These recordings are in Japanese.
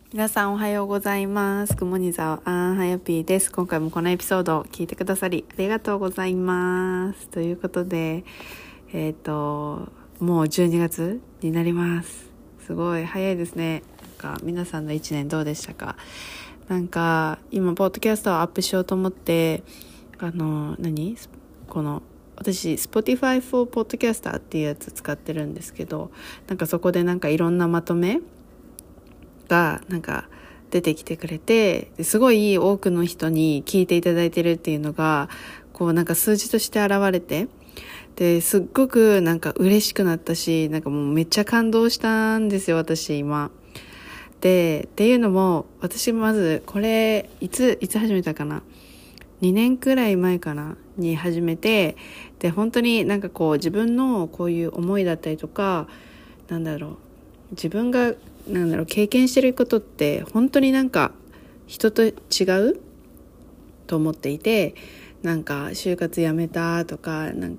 皆さんおはようございます。くもにざおあんはやぴーです。今回もこのエピソードを聞いてくださりありがとうございます。ということで、もう12月になります。すごい早いですね。皆さんの1年どうでしたか？今ポッドキャストをアップしようと思って、この私 Spotify for Podcaster っていうやつ使ってるんですけど、そこでいろんなまとめが出てきてくれて、すごい多くの人に聞いていただいてるっていうのが数字として現れて、ですっごく嬉しくなったし、もうめっちゃ感動したんですよ、私今。でっていうのも、私まずこれいつ始めたかな、2年くらい前かなに始めて、で本当に自分のこういう思いだったりとか、自分が経験してることって本当に人と違うと思っていて、就活やめたとか、じゃあ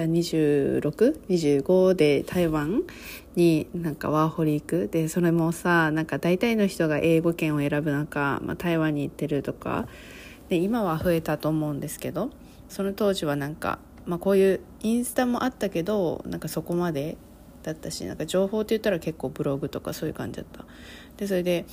26、25で台湾にワーホリ行くで、それもさ、大体の人が英語圏を選ぶ中、台湾に行ってるとかで、今は増えたと思うんですけど、その当時はこういうインスタもあったけど、そこまでだったし、情報って言ったら結構ブログとかそういう感じだった。でそれで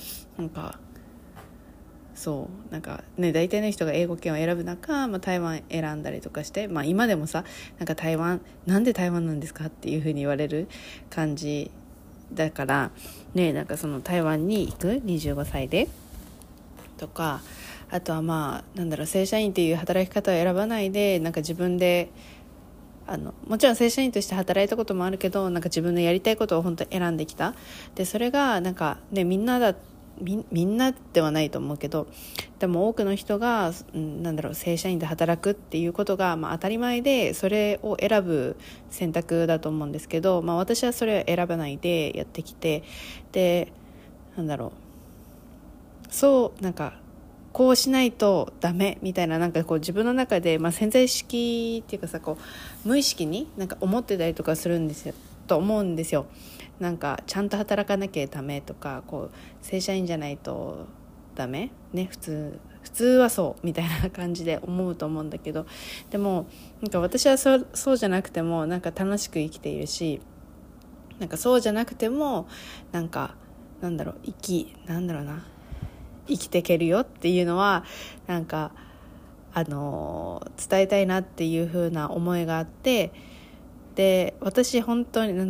大体の人が英語圏を選ぶ中、台湾選んだりとかして、今でもさ、台湾なんで台湾なんですかっていう風に言われる感じだからね。その台湾に行く25歳でとか、あとは正社員っていう働き方を選ばないで、自分でもちろん正社員として働いたこともあるけど、自分のやりたいことを本当に選んできた。でそれがみんなではないと思うけど、でも多くの人が正社員で働くっていうことが、当たり前で、それを選ぶ選択だと思うんですけど、私はそれを選ばないでやってきて、でこうしないとダメみたいな、自分の中で、潜在意識っていうかさ、無意識に思ってたりとかするんですよと思うんですよ。ちゃんと働かなきゃダメとか、正社員じゃないとダメね、普通はそうみたいな感じで思うと思うんだけど、でも私はそうじゃなくても楽しく生きているし、そうじゃなくても生きていけるよっていうのは伝えたいなっていう風な思いがあって、で私本当に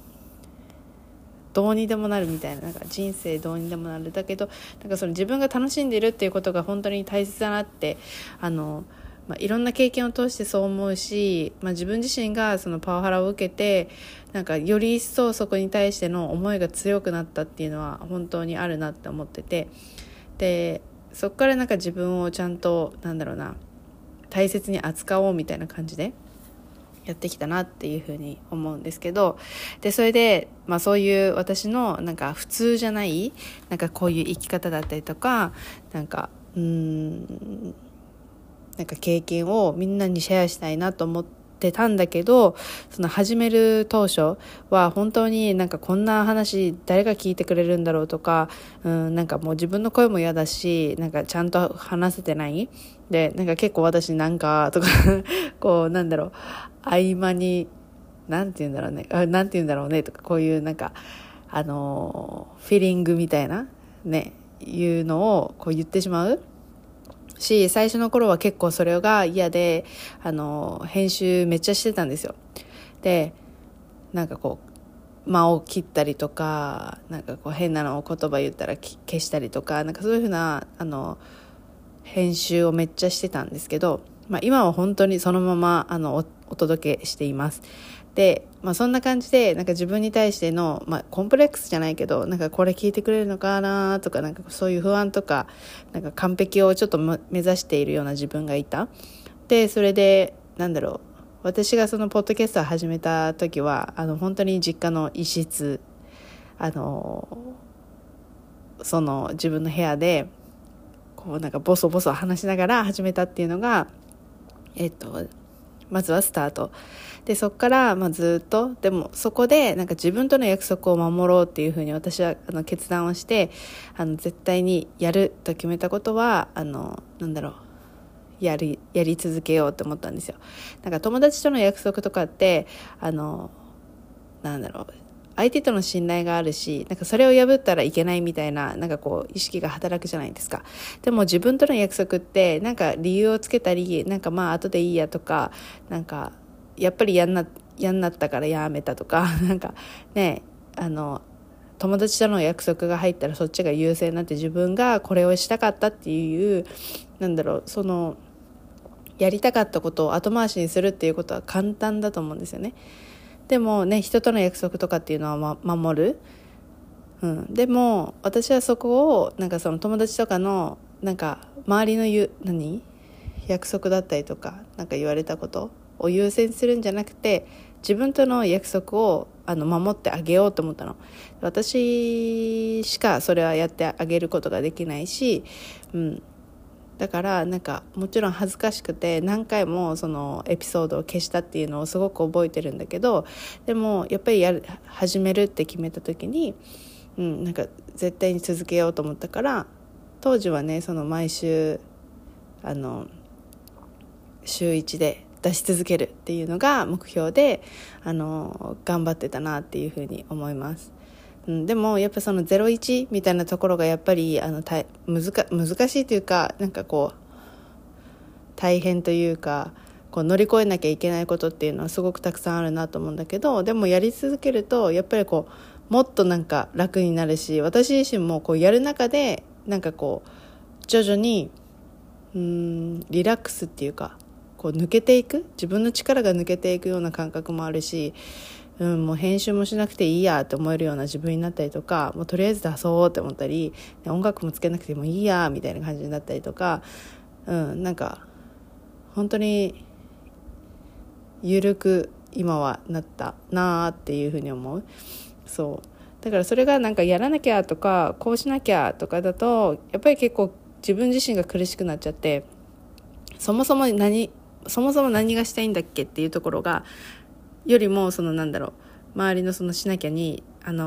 どうにでもなるみたいな、人生どうにでもなるだけど、その自分が楽しんでいるっていうことが本当に大切だなっていろんな経験を通してそう思うし、自分自身がそのパワハラを受けてより一層そこに対しての思いが強くなったっていうのは本当にあるなって思ってて、でそこから自分をちゃんと大切に扱おうみたいな感じでやってきたなっていうふうに思うんですけど、でそれで、そういう私の普通じゃないこういう生き方だったりとか経験をみんなにシェアしたいなと思ってたんだけど、その始める当初は本当にこんな話誰が聞いてくれるんだろうとか、もう自分の声も嫌だし、ちゃんと話せてないで、結構私とか合間になんて言うんだろうねとか、こういうフィーリングみたいなね、いうのを言ってしまうし、最初の頃は結構それが嫌で編集めっちゃしてたんですよ。で間を切ったりとか、変なのを言葉言ったら消したりとか、そういう風な編集をめっちゃしてたんですけど、今は本当にそのままお届けしています。で、そんな感じで自分に対しての、コンプレックスじゃないけど、これ聞いてくれるのかなとか、そういう不安とか完璧をちょっと目指しているような自分がいた。でそれで私がそのポッドキャストを始めた時は本当に実家の一室その自分の部屋でボソボソ話しながら始めたっていうのがまずはスタートで、そこからずっと、でもそこでなんか自分との約束を守ろうっていうふうに私は決断をして、絶対にやると決めたことはやり続けようと思ったんですよ。なんか友達との約束とかって相手との信頼があるし、なんかそれを破ったらいけないみたいな、なんかこう意識が働くじゃないですか。でも自分との約束ってなんか理由をつけたり、なんか後でいいやとか、なんかやっぱりやんなったからやめたとか、なんかね、友達との約束が入ったらそっちが優先になって、自分がこれをしたかったっていうそのやりたかったことを後回しにするっていうことは簡単だと思うんですよね。でもね、人との約束とかっていうのは、守る、でも私はそこをなんかその友達とかのなんか周りの約束だったりとか、なんか言われたことを優先するんじゃなくて、自分との約束を守ってあげようと思ったの。私しかそれはやってあげることができないし、だからなんかもちろん恥ずかしくて何回もそのエピソードを消したっていうのをすごく覚えてるんだけど、でもやっぱり始めるって決めた時に、なんか絶対に続けようと思ったから、当時はね、その毎週週1で出し続けるっていうのが目標で頑張ってたなっていうふうに思います。でもやっぱその01みたいなところがやっぱり難しいというか、なんかこう大変というか、こう乗り越えなきゃいけないことっていうのはすごくたくさんあるなと思うんだけど、でもやり続けるとやっぱりこうもっとなんか楽になるし、私自身もこうやる中でなんかこう徐々にリラックスっていうか、こう抜けていく、自分の力が抜けていくような感覚もあるし、もう編集もしなくていいやって思えるような自分になったりとか、もうとりあえず出そうって思ったり、音楽もつけなくてもいいやみたいな感じになったりとか、なんか本当に緩く今はなったなっていうふうに思う。そうだからそれがなんかやらなきゃとかこうしなきゃとかだと、やっぱり結構自分自身が苦しくなっちゃって、そもそも何がしたいんだっけっていうところがよりも、周りのそのしなきゃに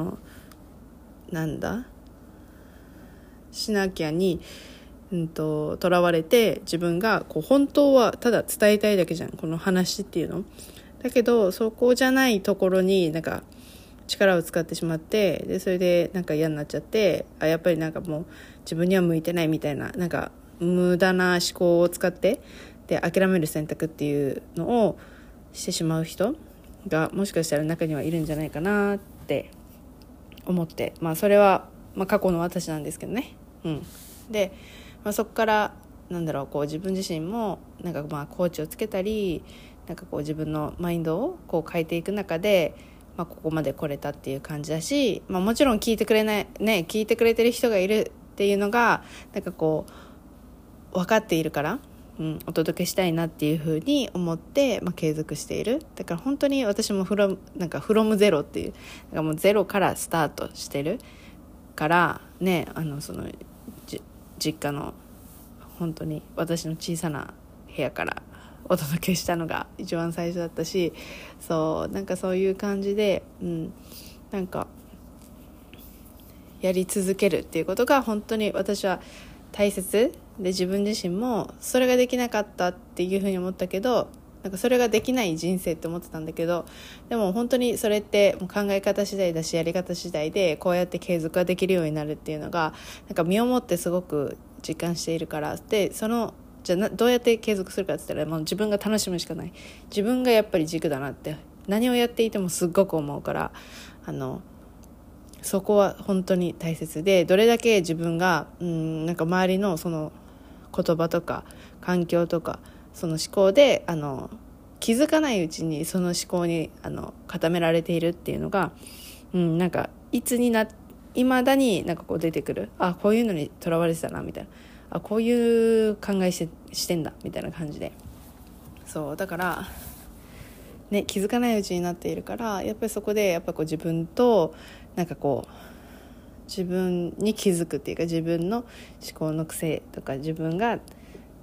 しなきゃにとらわれて、自分がこう本当はただ伝えたいだけじゃん、この話っていうのだけど、そこじゃないところになんか力を使ってしまって、でそれでなんか嫌になっちゃって、やっぱりなんかもう自分には向いてないみたいな、なんか無駄な思考を使ってで諦める選択っていうのをしてしまう人がもしかしたら中にはいるんじゃないかなって思って、それは過去の私なんですけどね。で、そこからこう自分自身もなんかコーチをつけたり、なんかこう自分のマインドをこう変えていく中で、ここまで来れたっていう感じだし、もちろん聞いてくれてる人がいるっていうのがなんかこう分かっているから、お届けしたいなっていうふうに思って、継続している。だから本当に私もフロムゼロっていう、なんかもうゼロからスタートしてるからね、その実家の本当に私の小さな部屋からお届けしたのが一番最初だったし、なんかそういう感じで、なんかやり続けるっていうことが本当に私は大切で、自分自身もそれができなかったっていうふうに思ったけど、なんかそれができない人生って思ってたんだけど、でも本当にそれってもう考え方次第だし、やり方次第でこうやって継続ができるようになるっていうのがなんか身をもってすごく実感しているから。でじゃあどうやって継続するかって言ったら、もう自分が楽しむしかない。自分がやっぱり軸だなって何をやっていてもすっごく思うから、そこは本当に大切で、どれだけ自分がなんか周りのその言葉とか環境とかその思考で気づかないうちにその思考に固められているっていうのが、なんか未だになんかこう出てくる。こういうのにとらわれてたなみたいな、こういう考えしてんだみたいな感じで、だからね、気づかないうちになっているから、やっぱりそこでやっぱこう自分となんかこう自分に気づくっていうか、自分の思考の癖とか自分が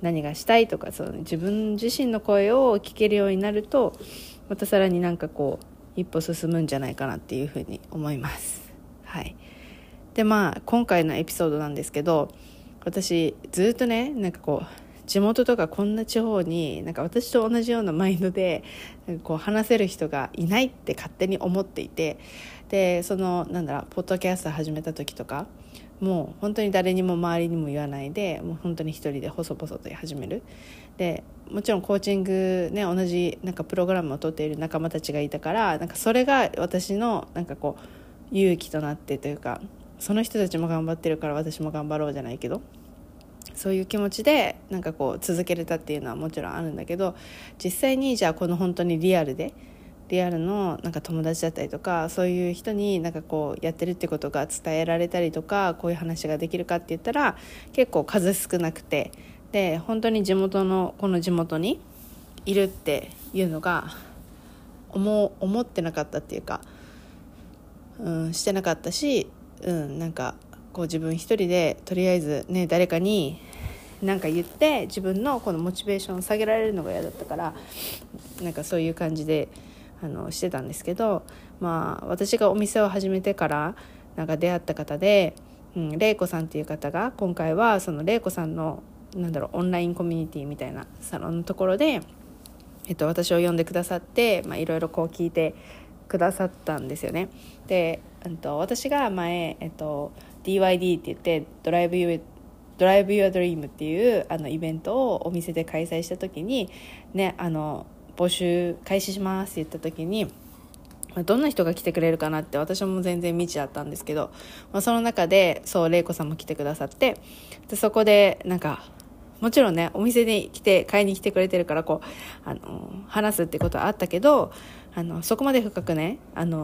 何がしたいとか、その自分自身の声を聞けるようになると、またさらになんかこう一歩進むんじゃないかなっていうふうに思います。はい。で今回のエピソードなんですけど、私ずっとねなんかこう地元とかこんな地方になんか私と同じようなマインドでなんかこう話せる人がいないって勝手に思っていて、でそのポッドキャスト始めた時とかもう本当に誰にも周りにも言わないで、もう本当に一人で細々と始める。でもちろんコーチングね、同じなんかプログラムを取っている仲間たちがいたから、なんかそれが私のなんかこう勇気となってというか、その人たちも頑張ってるから私も頑張ろうじゃないけど、そういう気持ちでなんかこう続けれたっていうのはもちろんあるんだけど、実際にじゃあこの本当にリアルのなんか友達だったりとか、そういう人になんかこうやってるってことが伝えられたりとか、こういう話ができるかって言ったら結構数少なくて、で本当にこの地元にいるっていうのが思ってなかったっていうか、してなかったし、なんかこう自分一人でとりあえずね誰かに何か言って自分のこのモチベーションを下げられるのが嫌だったから、なんかそういう感じでしてたんですけど、私がお店を始めてからなんか出会った方で、玲子さんっていう方が今回はその玲子さんのオンラインコミュニティみたいなサロンのところで、私を呼んでくださって、いろいろこう聞いてくださったんですよね。で、私が前、DYD って言ってドライブユードリームっていうイベントをお店で開催した時にね、募集開始しますって言った時に、どんな人が来てくれるかなって私も全然未知だったんですけど、その中で玲子さんも来てくださって、でそこでなんかもちろんねお店に買いに来てくれてるからこう話すってことはあったけど、そこまで深くね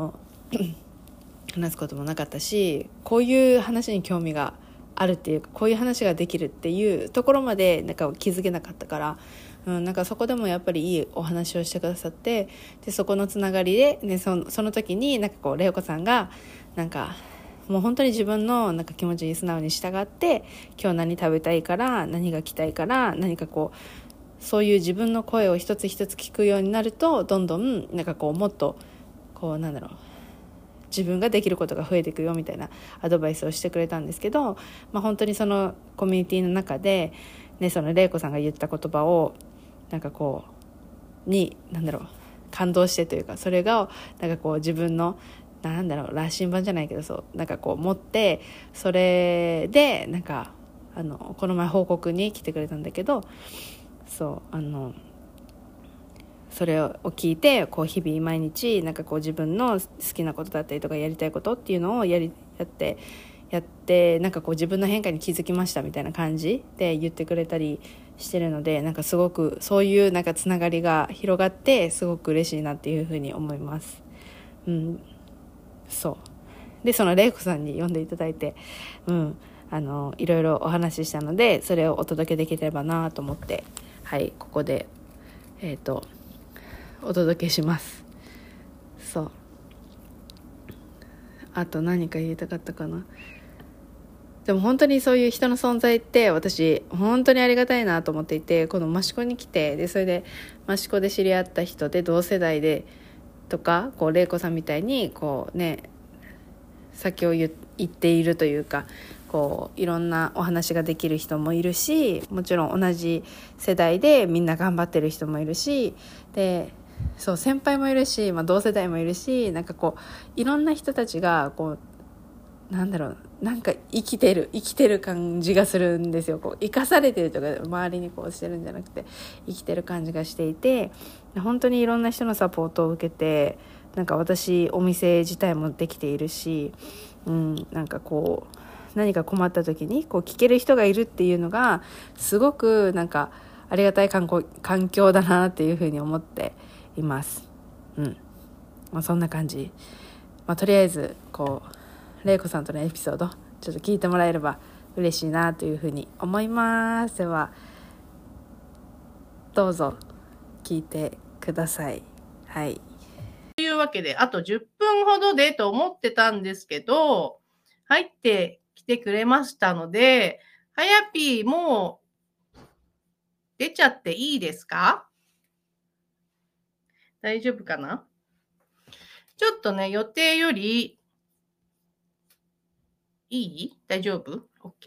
話すこともなかったし、こういう話に興味があるっていうか、こういう話ができるっていうところまでなんか気づけなかったから、なんかそこでもやっぱりいいお話をしてくださって、でそこのつながりで、ね、その時になんかこう玲子さんがなんかもう本当に自分のなんか気持ちに素直に従って、今日何食べたいから何が着たいから何かこうそういう自分の声を一つ一つ聞くようになると、どんどんなんかこうもっとこう自分ができることが増えていくよみたいなアドバイスをしてくれたんですけど、本当にそのコミュニティの中で、ね、その玲子さんが言った言葉をなんかこうに感動してというか、それがなんかこう自分の羅針盤じゃないけど、そうなんかこう持って、それでなんかこの前報告に来てくれたんだけど、それを聞いてこう日々毎日なんかこう自分の好きなことだったりとかやりたいことっていうのをやってなんかこう自分の変化に気づきましたみたいな感じで言ってくれたりしてるので、なんかすごくそういうなんかつながりが広がってすごく嬉しいなっていうふうに思います。そうでその玲子さんに呼んでいただいて、いろいろお話ししたので、それをお届けできればなと思って、はいここでお届けします。あと何か言いたかったかな。でも本当にそういう人の存在って私本当にありがたいなと思っていて、この益子に来て、でそれで益子で知り合った人で同世代でとか、こう玲子さんみたいにこうね先を言っているというか、こういろんなお話ができる人もいるし、もちろん同じ世代でみんな頑張ってる人もいるし、で先輩もいるし、同世代もいるし、なんかこういろんな人たちがこうなんか生きてる感じがするんですよ。こう生かされてるとか周りにこうしてるんじゃなくて、生きてる感じがしていて、本当にいろんな人のサポートを受けて、なんか私お店自体もできているし、なんかこう何か困った時にこう聞ける人がいるっていうのがすごくなんかありがたい環境だなっていうふうに思っています。そんな感じ。とりあえずこう玲子さんとのエピソードちょっと聞いてもらえれば嬉しいなというふうに思います。ではどうぞ聞いてください。はい。 というわけで、あと10分ほどでと思ってたんですけど、入ってきてくれましたので、はやぴーも出ちゃっていいですか？大丈夫かな？ちょっとね、予定より、いい？大丈夫？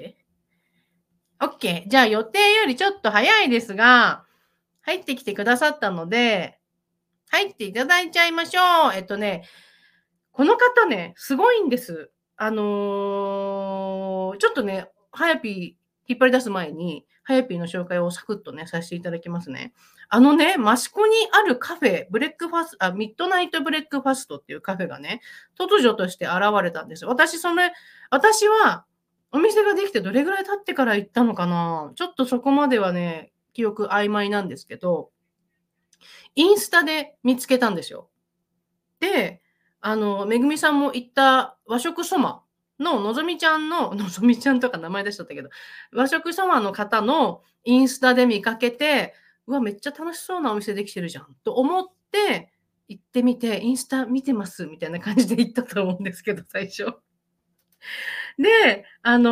OK。OK。じゃあ予定よりちょっと早いですが、入ってきてくださったので、入っていただいちゃいましょう。この方ね、すごいんです。ちょっとね、はやぴー引っ張り出す前に、はやぴーの紹介をサクッとね、させていただきますね。益子にあるカフェ、ミッドナイトブレックファストっていうカフェがね、突如として現れたんですよ。私は、お店ができてどれぐらい経ってから行ったのかな？ちょっとそこまではね、記憶曖昧なんですけど、インスタで見つけたんですよ。で、めぐみさんも行った和食そばののぞみちゃんとか名前出しちゃったけど、和食そばの方のインスタで見かけて、うわ、めっちゃ楽しそうなお店できてるじゃんと思って行ってみて、インスタ見てますみたいな感じで行ったと思うんですけど、最初。で、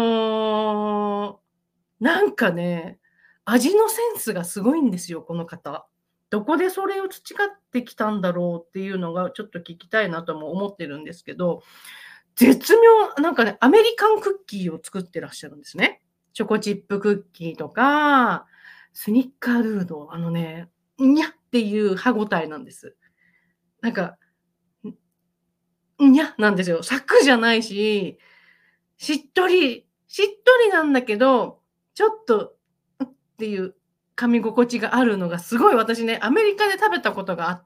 なんかね、味のセンスがすごいんですよ、この方。どこでそれを培ってきたんだろうっていうのがちょっと聞きたいなとも思ってるんですけど、絶妙、なんかね、アメリカンクッキーを作ってらっしゃるんですね。チョコチップクッキーとか、スニッカールード、にゃっていう歯ごたえなんです。なんか、にゃなんですよ。サクじゃないし、しっとりなんだけど、ちょっと、っていう噛み心地があるのがすごい私ね、アメリカで食べたことがあって、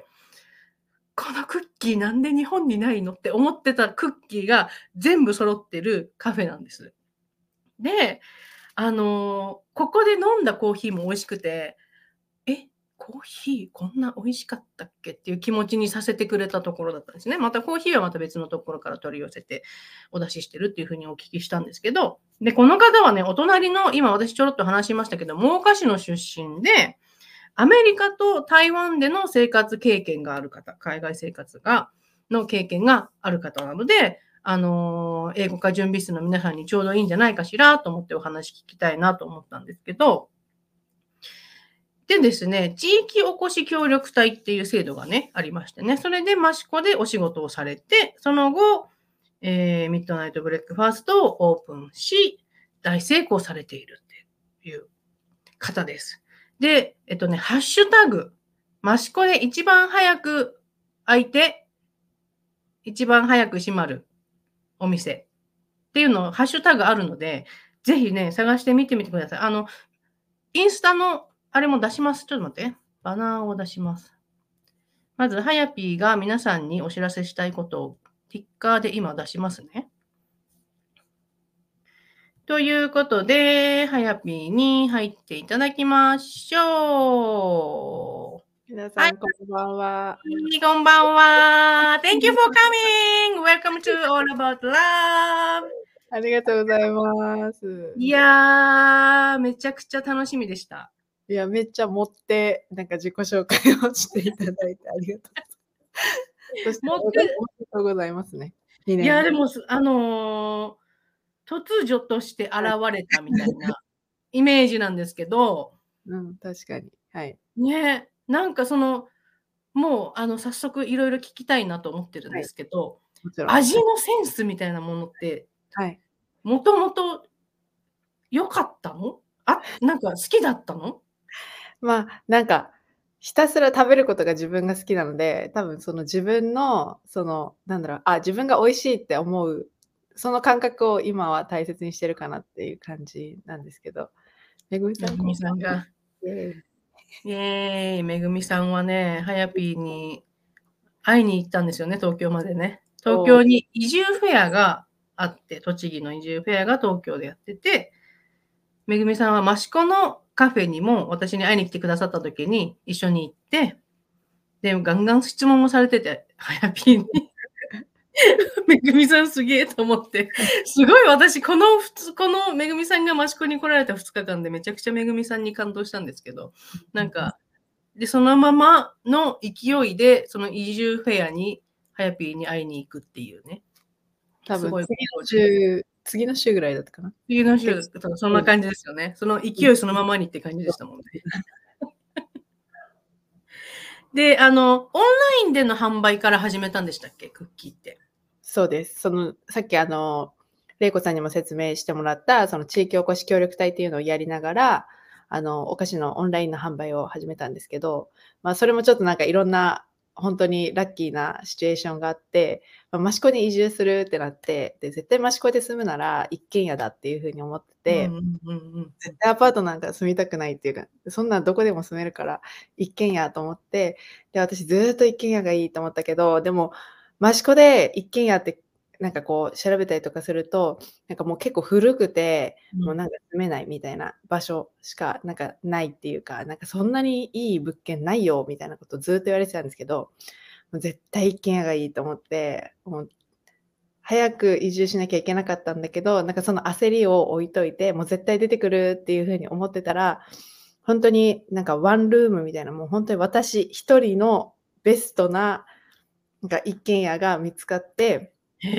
このクッキーなんで日本にないのって思ってたクッキーが全部揃ってるカフェなんです。で、ここで飲んだコーヒーも美味しくて、コーヒーこんな美味しかったっけっていう気持ちにさせてくれたところだったんですね。またコーヒーはまた別のところから取り寄せてお出ししてるっていうふうにお聞きしたんですけど、で、この方はね、お隣の、今私ちょろっと話しましたけど、真岡市の出身で、アメリカと台湾での生活経験がある方、海外生活の経験がある方なので、英語科準備室の皆さんにちょうどいいんじゃないかしらと思ってお話聞きたいなと思ったんですけど、でですね、地域おこし協力隊っていう制度がね、ありましてね、それで益子でお仕事をされて、その後、ミッドナイトブレックファーストをオープンし、大成功されているっていう方です。で、ハッシュタグ、益子で一番早く開いて、一番早く閉まるお店っていうの、ハッシュタグあるので、ぜひね、探してみてみてください。インスタのあれも出します。ちょっと待って。バナーを出します。まず、はやぴーが皆さんにお知らせしたいことを、ティッカーで今出しますね。ということで、はやぴーに入っていただきましょう。 皆さん、こんばんは。 こんばんは。Thank you for coming. Welcome to All About Love. ありがとうございます。 いやー、めちゃくちゃ楽しみでした。 いや、めっちゃ持って、なんか自己紹介をしていただいてありがとう。そして、おめでとうございますね。 いや、でも、突如として現れたみたいなイメージなんですけど。 うん、確かに。はい。 ね、なんかもう、早速いろいろ聞きたいなと思ってるんですけど、 もちろん。 味のセンスみたいなものって、 はい。 もともと良かったの？なんか好きだったの？ まあ、なんか、ひたすら食べることが自分が好きなので、多分その自分の、なんだろう、自分が美味しいって思う、その感覚を今は大切にしてるかなっていう感じなんですけど。めぐみさん。 めぐみさんが。イエーイ。めぐみさんはね、はやぴーに会いに行ったんですよね、東京までね。東京に移住フェアがあって、栃木の移住フェアが東京でやってて、めぐみさんは益子のカフェにも私に会いに来てくださった時に一緒に行って、で、ガンガン質問もされてて、はやぴーに。めぐみさんすげえと思って、すごい私、このめぐみさんが益子に来られた2日間でめちゃくちゃめぐみさんに感動したんですけど、なんか、で、そのままの勢いで、その移住フェアに、はやぴーに会いに行くっていうね。 多分、 すごい次の週ぐらいだったかな。 次の週で、 だったからそんな感じですよね。その勢いそのままにって感じでしたもんね。で、オンラインでの販売から始めたんでしたっけ？クッキーって。 そうです。さっき玲子さんにも説明してもらった、その地域おこし協力隊っていうのをやりながら、お菓子のオンラインの販売を始めたんですけど、それもちょっとなんかいろんな、本当にラッキーなシチュエーションがあって、益子に移住するってなって、で、絶対益子で住むなら一軒家だっていう風に思ってて、絶対アパートなんか住みたくないっていうか、そんなんどこでも住めるから一軒家と思って、で、私ずっと一軒家がいいと思ったけど、でも益子で一軒家ってなんかこう調べたりとかすると、なんかもう結構古くて、もうなんか住めないみたいな場所しかなんかないっていうか、なんかそんなにいい物件ないよみたいなことをずっと言われてたんですけど、もう絶対一軒家がいいと思って、もう早く移住しなきゃいけなかったんだけど、なんかその焦りを置いといて、もう絶対出てくるっていう風に思ってたら、本当になんかワンルームみたいな、もう本当に私一人のベストな、なんか一軒家が見つかって、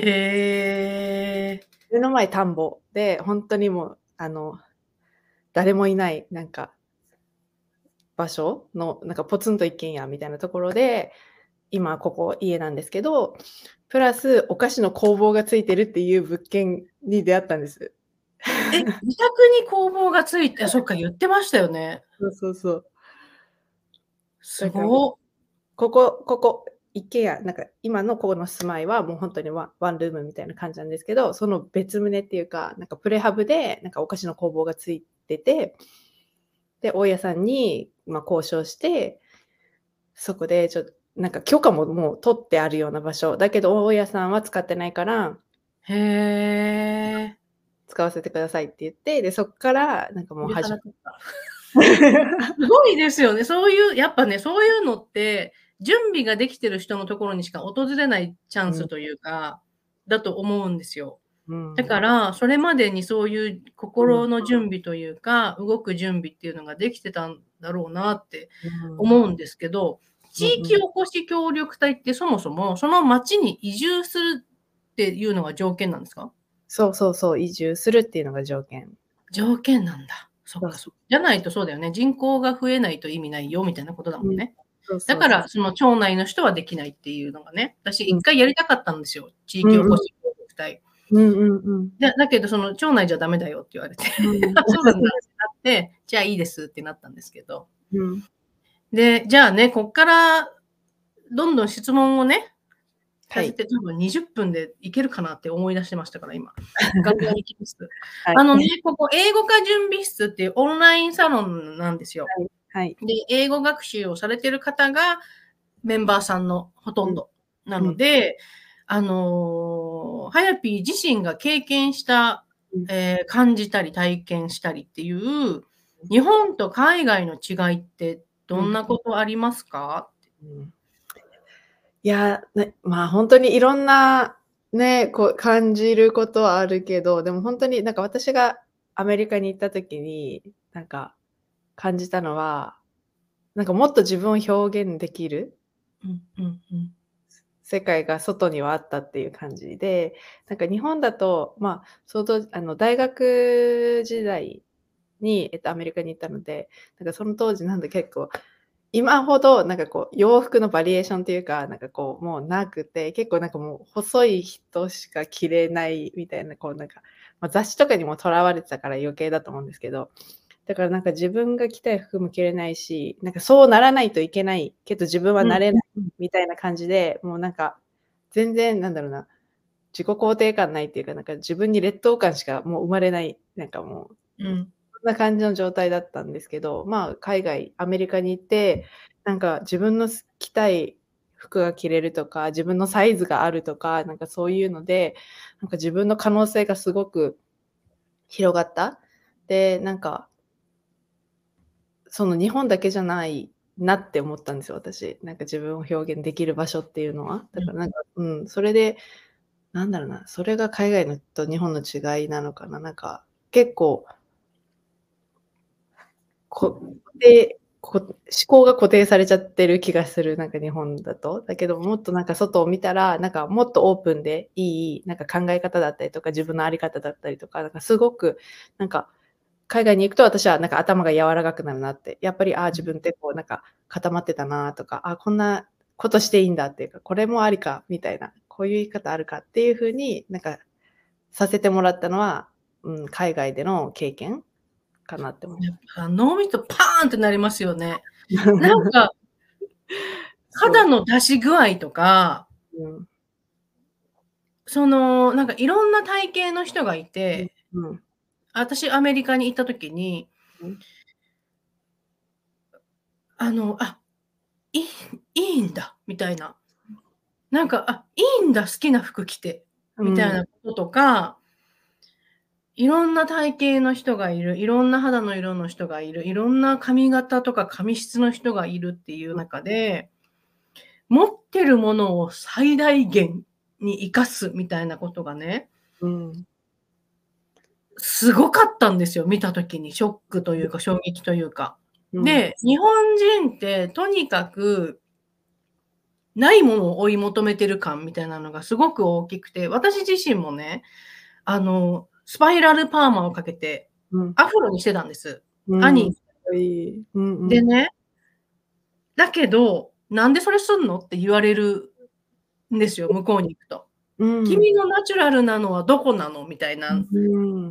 へえ。 目の前田んぼで、本当にもう、誰もいない、なんか場所の、なんかポツンと一軒家みたいなところで、今ここ家なんですけど、プラスお菓子の工房がついてるっていう物件に出会ったんです。 自宅に工房がついて、そっか、言ってましたよね。 そうそうそう。 すだから、 ごっ。 ここ一軒家、なんか今のここの住まいはもう本当にワンルームみたいな感じなんですけど、その別棟っていうか、なんかプレハブで、なんかお菓子の工房がついてて、で、大家さんに、交渉して、そこでなんか許可ももう取ってあるような場所、だけど大家さんは使ってないからへえ。 使わせてくださいって言って、で、そっからなんかもう鳥肌立った。 めすごいですよね。そういう、やっぱね、そういうのって、準備ができてる人のところにしか訪れないチャンうん、 スというか、だと思うんですよ。 うだかん、 ら、それまでにそういううん、 心の準備というか、動く準備っていうのができてたんだろうなってうん、 思うんですけど、地うんうん。 域おこし協力隊ってそもそも、その町に移住するっていうのが条件なんですか？ そうそうそう、移住するっていうのが条件。 条件なんだ。そっかそっか。 そうそう。 じゃないとそうだよね。人口が増えないと意味ないよみたいなことだもうん。 んね。 そうそうそう。 だから、その町内の人はできないっていうのがね、私うん。 一回やりたかったんですよ。地うんうん。 域おこし協力隊。 うんうんうん。 だけどその町内じゃダメだよって言われて、 うん。 あ、そうなんだってなって、じゃあいいですってなったんですけど。 うん。 で、じゃあね、こっからどんどん質問をね、 はい。 させて、多分20分でいけるかなって思い出してましたから、今。ガンガンいきます。 はい。 ここ英語科準備室っていうオンラインサロンなんですよ。 はい。はい。 で、英語学習をされてる方がメンバーさんのほとうん。 んどなうん。 ので、はやぴー自身が経験した、 うん。 感じたり体験したりっていう、日本と海外の違いってうん。 どんなことありますか？ うん。いや、ほんとにいろんなね、こう感じることはあるけど、でもほんとになんか私がアメリカに行った時に、なんか感じたのは、なんかもっと自分を表現できるうんうんうん。 世界が外にはあったっていう感じで、なんか日本だと、大学時代に、アメリカに行ったので、なんかその当時なんで結構、今ほどなんかこう洋服のバリエーションっていうか、なんかこうもうなくて、結構なんかもう細い人しか着れないみたいな、こうなんか、雑誌とかにもとらわれてたから余計だと思うんですけど、だからなんか自分が着たい服も着れないし、なんかそうならないといけないけど自分はうんなれないうんみたいな感じで、もうなんか、全然なんだろうな、自己肯定感ないっていうか、なんか自分に劣等感しかもう生まれない、なんかもう、 うん。 そんな感じの状態だったんですけど、海外、アメリカに行って、なんか自分の着たい服が着れるとか、自分のサイズがあるとか、なんかそういうので、なんか自分の可能性がすごく広がった。で、なんかその日本だけじゃないなって思ったんですよ、私。なんか自分を表現できる場所っていうのは。だうん。 からなんか、それで、なんだろうな、それが海外のと日本の違いなのかな。なんか、結構、固思考が固定されちゃってる気がする、なんか日本だと。だけど、もっとなんか外を見たら、なんかもっとオープンでいい、なんか考え方だったりとか、自分の在り方だったりとか、なんかすごく、なんか海外に行くと私はなんか頭が柔らかくなるなって。やっぱり、自分ってこうなんか固まってたなとか、こんなことしていいんだっていうか、これもありかみたいな、こういう言い方あるかっていう風に、なんかさせてもらったのは、海外での経験かなって思います。 やっぱ脳みそパーンってなりますよね。なんか、肌その出し具合とか、 う。うん。 なんかいろんな体型の人がいうん、 て、 うん、 私アメリカに行った時に、 うん、 あ、いいいいんだみたいな。なんか、いいんだ、好きな服着て、みたいなこととか、いろんな体型の人がいる、いろんな肌の色の人がいる、いろんな髪型とか髪質の人がいるっていう中で、持ってるものを最大限に生かすみたいなことがね、 うん、 すごかったんですよ、見た時にショックというか衝撃というか。 うん、 で、日本人ってとにかくないものを追い求めてる感みたいなのがすごく大きくて、私自身もね、スパイラルパーマをかけて、 うん、 アフロにしてたんです。 うん、 兄。 いい。うんうん。 でね、だけど、「なんでそれすんの？」って言われるんですよ、向こうに行くと。 うん。 「君のナチュラルなのはどこなの？」みたいな。 うん。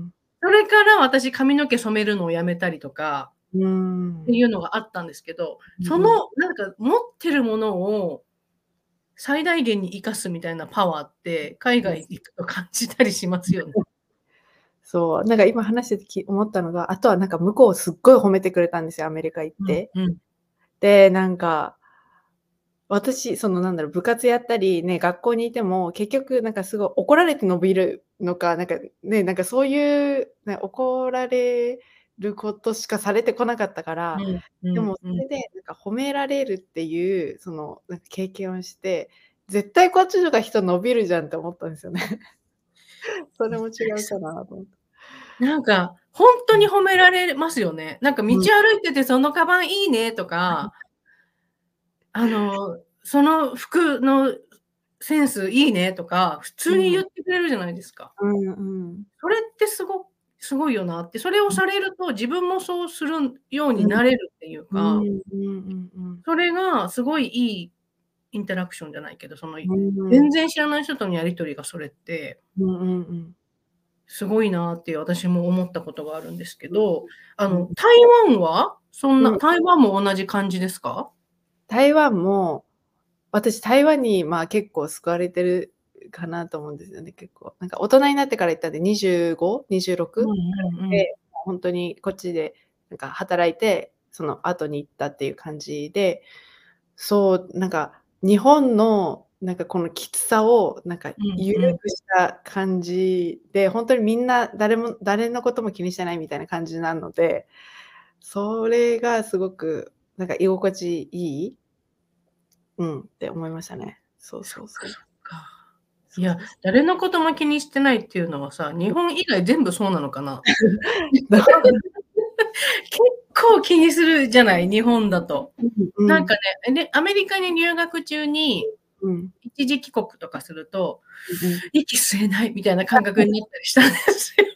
それから私髪の毛染めるのをやめたりとかうーってん。 いうのがあったんですけど、そうんうん。 のなんか持ってるものを最大限に生かすみたいなパワーって、海うん。 外に行くと感じたりしますよね。 そう、なんか今話してて思ったのが、あとはなんか向こうすっごい褒めてくれたんですよ、アメリカ行っうんて。 うん。 で、なんか、私、そのなんだろう、部活やったり、ね、学校にいても、結局なんかすごい怒られて伸びるのか、なんかね、なんかそういう、ね、怒られることしかされてこなかったから、 うんうでもんうん。 それでなんか褒められるっていう、そのなんか経験をして、絶対こっちのが人伸びるじゃんって思ったんですよね。それも違うかなと思って。 なんか、ほんとうん。 に褒められますよね。なんか道歩うん。 いてて「そのカバンいいね」とか、「その服のセンスいいね」とか、普通にうん。 言ってくれるじゃないですか。 うんうん。 それってすごいよなって、それをうん。 されると自分もそうするようにうん。 なれるっていううか、 んうんうんうん。 それがすごいいいインタラクションじゃないけど、 うんうん。 全然知らない人とのやり取りがそれってうんうんうん。 すごいなって私も思ったことがあるんですけど、 うん。 台湾はうん。 台湾も同じ感じですか？ 台湾も、私台湾に、結構救われてるかなと思うんですよね、結構。なんか大人になってから行ったんで、25、 うん 26 うんうん。 で、ほんとにこっちでなんか働いて、その後に行ったっていう感じで、そう、なんか日本のなんかこのきつさをなんかうんうん。 緩くした感じで、ほんとにみんな誰のことも気にしてないみたいな感じなので、それがすごくなんか居心地いい、って思いましたね。そうそっそうそう。 かそっか。いや、 そうそうそう。 誰のことも気にしてないっていうのはさ、日本以外全部そうなのかな？ どう結構気にするじゃない、日本だと。 うんうん。 なんかね、アメリカに留学中に、 うん。 一時帰国とかすると、 うんうん。 息吸えないみたいな感覚になったりしたんですよ。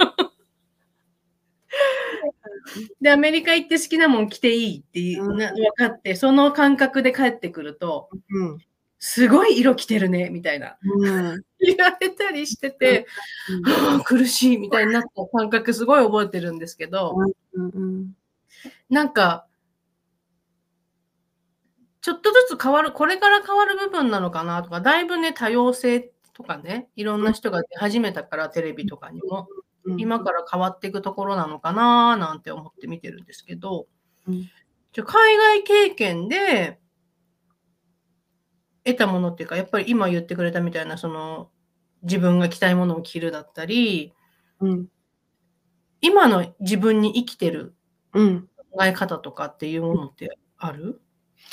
で、アメリカ行って好きなもん着ていいって分かって、その感覚で帰ってくると、 うん。 すごい色着てるねみたいなうん。 言われたりしてうんて、 うん。 はあ、苦しいみたいになった感覚すごい覚えてるんですけど、 うんうん。 なんか、ちょっとずつ変わるこれから変わる部分なのかなとか、だいぶね、多様性とかね、いろんな人が出始めたから、テレビとかにも。 うん。 今から変わっていくところなのかななんて思って見てるんですけど、 うん。 海外経験で得たものっていうか、やっぱり今言ってくれたみたいな、自分が着たいものを着るだったり、 うん。 今の自分に生きてるうん。 考え方とかっていうものってある？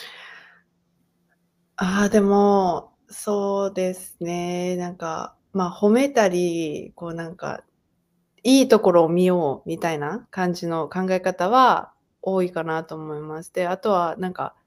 でも、そうですね、なんか、褒めたり、こうなんか、いいところを見ようみたいな感じの考え方は多いかなと思います。で、あとはなんか、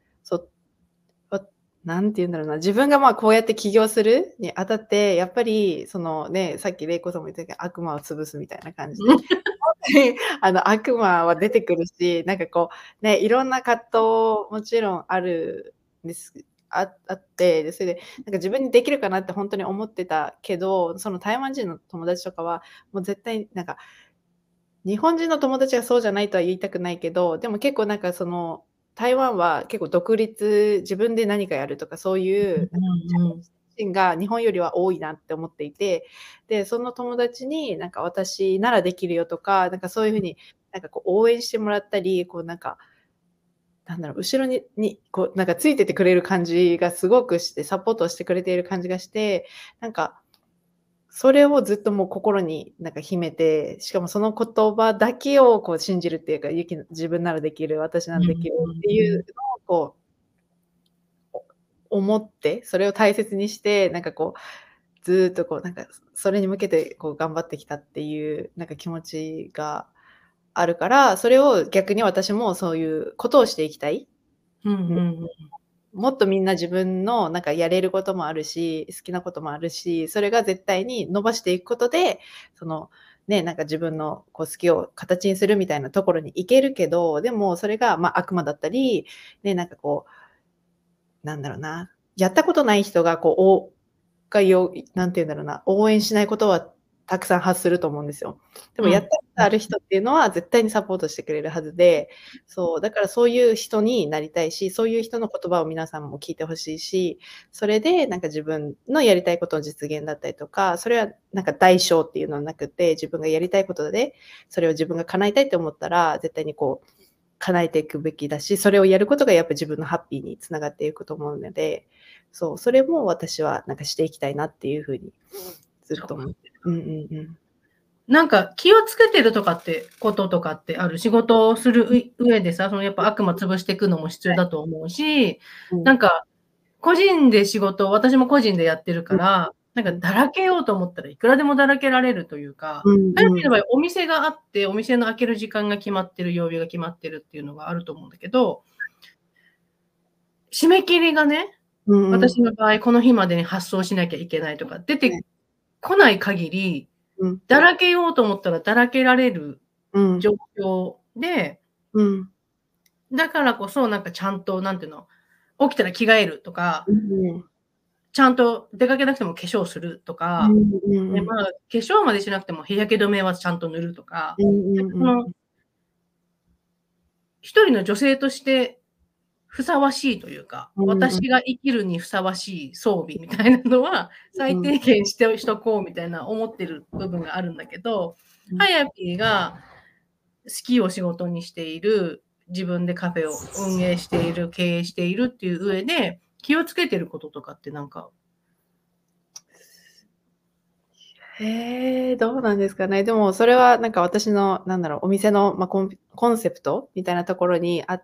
なんて言うんだろうな、自分がまあこうやって起業するにあたって、やっぱりそのね、さっきレイコさんも言ったけど、悪魔を潰すみたいな感じで、悪魔は出てくるし、なんかこう、ね、いろんな葛藤もちろんあるんです。あって、で、それで、なんか自分にできるかなって本当に思ってたけど、その台湾人の友達とかは、もう絶対なんか日本人の友達はそうじゃないとは言いたくないけど、でも結構なんかその、台湾は結構独立、自分で何かやるとか、そういう、なんかチャレンジ精神が日本よりは多いなって思っていて、で、その友達になんか私ならできるよとか、なんかそういう風に、なんかこう応援してもらったり、こうなんか、なんだろう、後ろにこうなんかついててくれる感じがすごくして、サポートしてくれている感じがして、なんかそれをずっともう心になんか秘めて、しかもその言葉だけをこう信じるっていうか、自分ならできる、私ならできるっていうのをこう、思って、それを大切にして、なんかこう、ずっとこうなんか、それに向けてこう頑張ってきたっていうなんか気持ちがあるから、それを逆に私もそういうことをしていきたい。 うんうんうん。 もっとみんな自分のなんかやれることもあるし、好きなこともあるし、それが絶対に伸ばしていくことで、その、ね、なんか自分のこう好きを形にするみたいなところに行けるけど、でもそれが、ま、悪魔だったり、ね、なんかこう、なんだろうな、やったことない人がこう、なんて言うんだろうな、応援しないことはたくさん発すると思うんですよ。でもうん。 やったことある人っていうのは絶対にサポートしてくれるはずで、そう、だからそういう人になりたいし、そういう人の言葉を皆さんも聞いて欲しいし、それでなんか自分のやりたいことの実現だったりとか、それはなんか代償っていうのはなくて、自分がやりたいことで、それを自分が叶えたいって思ったら、絶対にこう叶えていくべきだし、それをやることがやっぱ自分のハッピーにつながっていくと思うので、そう、それも私はなんかしていきたいなっていう風にずっそう。 と思ってる。うんうんうん。 なんか気をつけてるとかってこととかってある？仕事をする上でさ、そのやっぱ悪魔潰していくのも必要だと思うし、 うん。 なんか個人で仕事を私も個人でやってるうんから、なんかうん。 だらけようと思ったらいくらでもだらけられるというか、 うんハヤうん。 ピーの場合お店があって、お店の開ける時間が決まってる、曜日が決まってるっていうのがあると思うんだけど、締め切りがね、 うんうん。 私の場合この日までに発送しなきゃいけないとか出ね。 てこない限り、 うん。 だらけようと思ったらだらけられるうん。 状況で、 うん。 だからこそなんかちゃんとなんていうの、起きたら着替えるとか、 うんうん。 ちゃんと出かけなくても化粧するとか、 うんうんで、 うん。 まあ、化粧までしなくても日焼け止めはちゃんと塗るとか、 うんなんかその、 うんうん。 一人の女性としてふさわしいというか、 うんうん。 私が生きるにふさわしい装備みたいなのは、 うん。 最低限しとこうみたいな思ってる部分があるんだけど、 うん。 ハヤピーが好きを仕事にしている、自分でカフェを運営している、経営しているっていう上で、気をつけてることとかってなんか。 へえ、どうなんですかね。でもそれはなんか私のなんだろう、お店の、ま、コンセプトみたいなところにあって、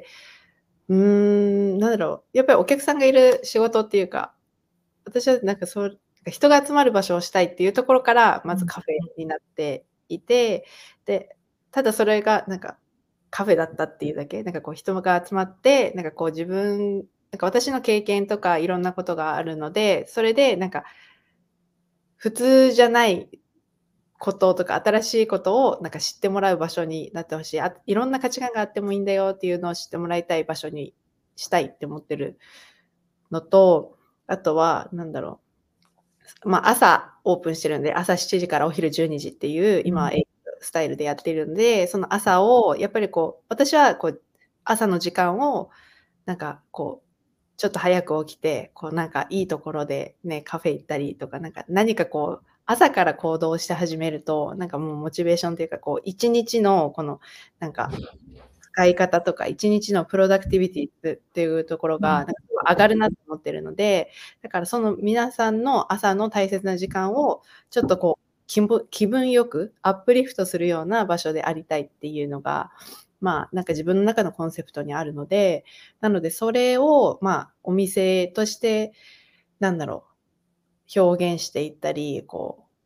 なんだろう、やっぱりお客さんがいる仕事っていうか、私はなんか人が集まる場所をしたいっていうところから、まうん、 ずカフェになっていて、で、ただそれがなんかカフェだったっていうだけ、なんかこう人が集まって、なんかこうなんか私の経験とかいろんなことがあるので、それでなんか普通じゃないこととか、新しいことをなんか知ってもらう場所になってほしい。いろんな価値観があってもいいんだよっていうのを知ってもらいたい場所にしたいって思ってるのと、あとはなんだろう、ま、朝オープンしてるんで、朝7時からお昼12時っていう、 うん、 今はスタイルでやってるんで、その朝をやっぱりこう、私はこう、朝の時間をなんかこう、ちょっと早く起きて、こうなんかいいところでね、カフェ行ったりとか、なんか何かこう、朝から行動して始めると、なんかもうモチベーションというか、こう1日のこのなんか使い方とか、1日のプロダクティビティっていうところが、 うん、 なんか上がるなと思ってるので、だからその皆さんの朝の大切な時間を、ちょっとこう、気分よくアップリフトするような場所でありたいっていうのが、まあ、なんか自分の中のコンセプトにあるので、なのでそれを、まあ、お店として、なんだろう、表現していったり、こう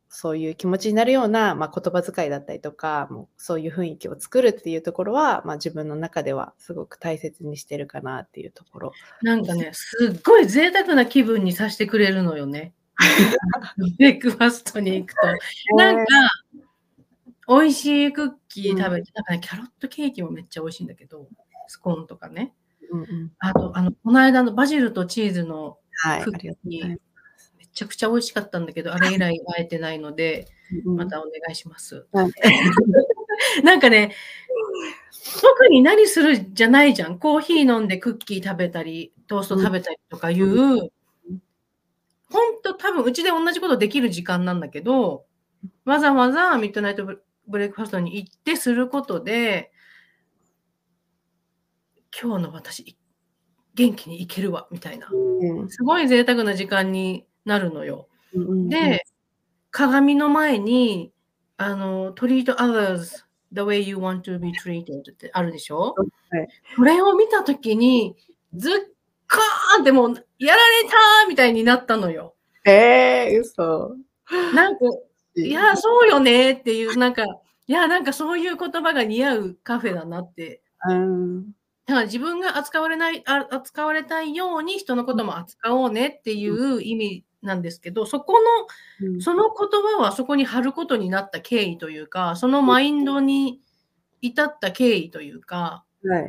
そういう気持ちになるような、まあ、言葉遣いだったりとか、もうそういう雰囲気を作るっていうところは、まあ、自分の中ではすごく大切にしてるかなっていうところです。 なんかね、すっごい贅沢な気分にさしてくれるのよね。ブレックファストに行くと。なんか、美味しいクッキー食べて、なんかね、キャロットケーキもめっちゃ美味しいんだけど、スコーンとかね。 うんうん。 あと、この間のバジルとチーズのはい、 クッありがとうございキー、 ます。 めちゃくちゃ美味しかったんだけど、あれ以来会えてないので、 うんうん。 またお願いします。 はい。 なんかね、特に何するじゃないじゃん。コーヒー飲んでクッキー食べたり、トーストうん、 食べたりとかいうん、 う、 うん。 ほんと多分うちで同じことできる時間なんだけど、わざわざミッドナイトブレイクファストに行ってすることで、今日の私、元気に行けるわみたいな。 うん。 すごい贅沢な時間になるのよ。 うんうんうん。 で、鏡の前に、treat others the way you want to be treated ってあるでしょ？ はい。 これを見た時に、ズッカーンってもう、やられたみたいになったのよ。 ええ、嘘。 なんか、いや、そうよねっていう、なんか、いや、なんかそういう言葉が似合うカフェだなって。 うん。 だから自分が扱われたいように人のことも扱おうねっていうん、 う意味なんですけど、 うん、 その言葉はそこに貼ることになった経緯というか、そのマインドに至った経緯というか、 はい。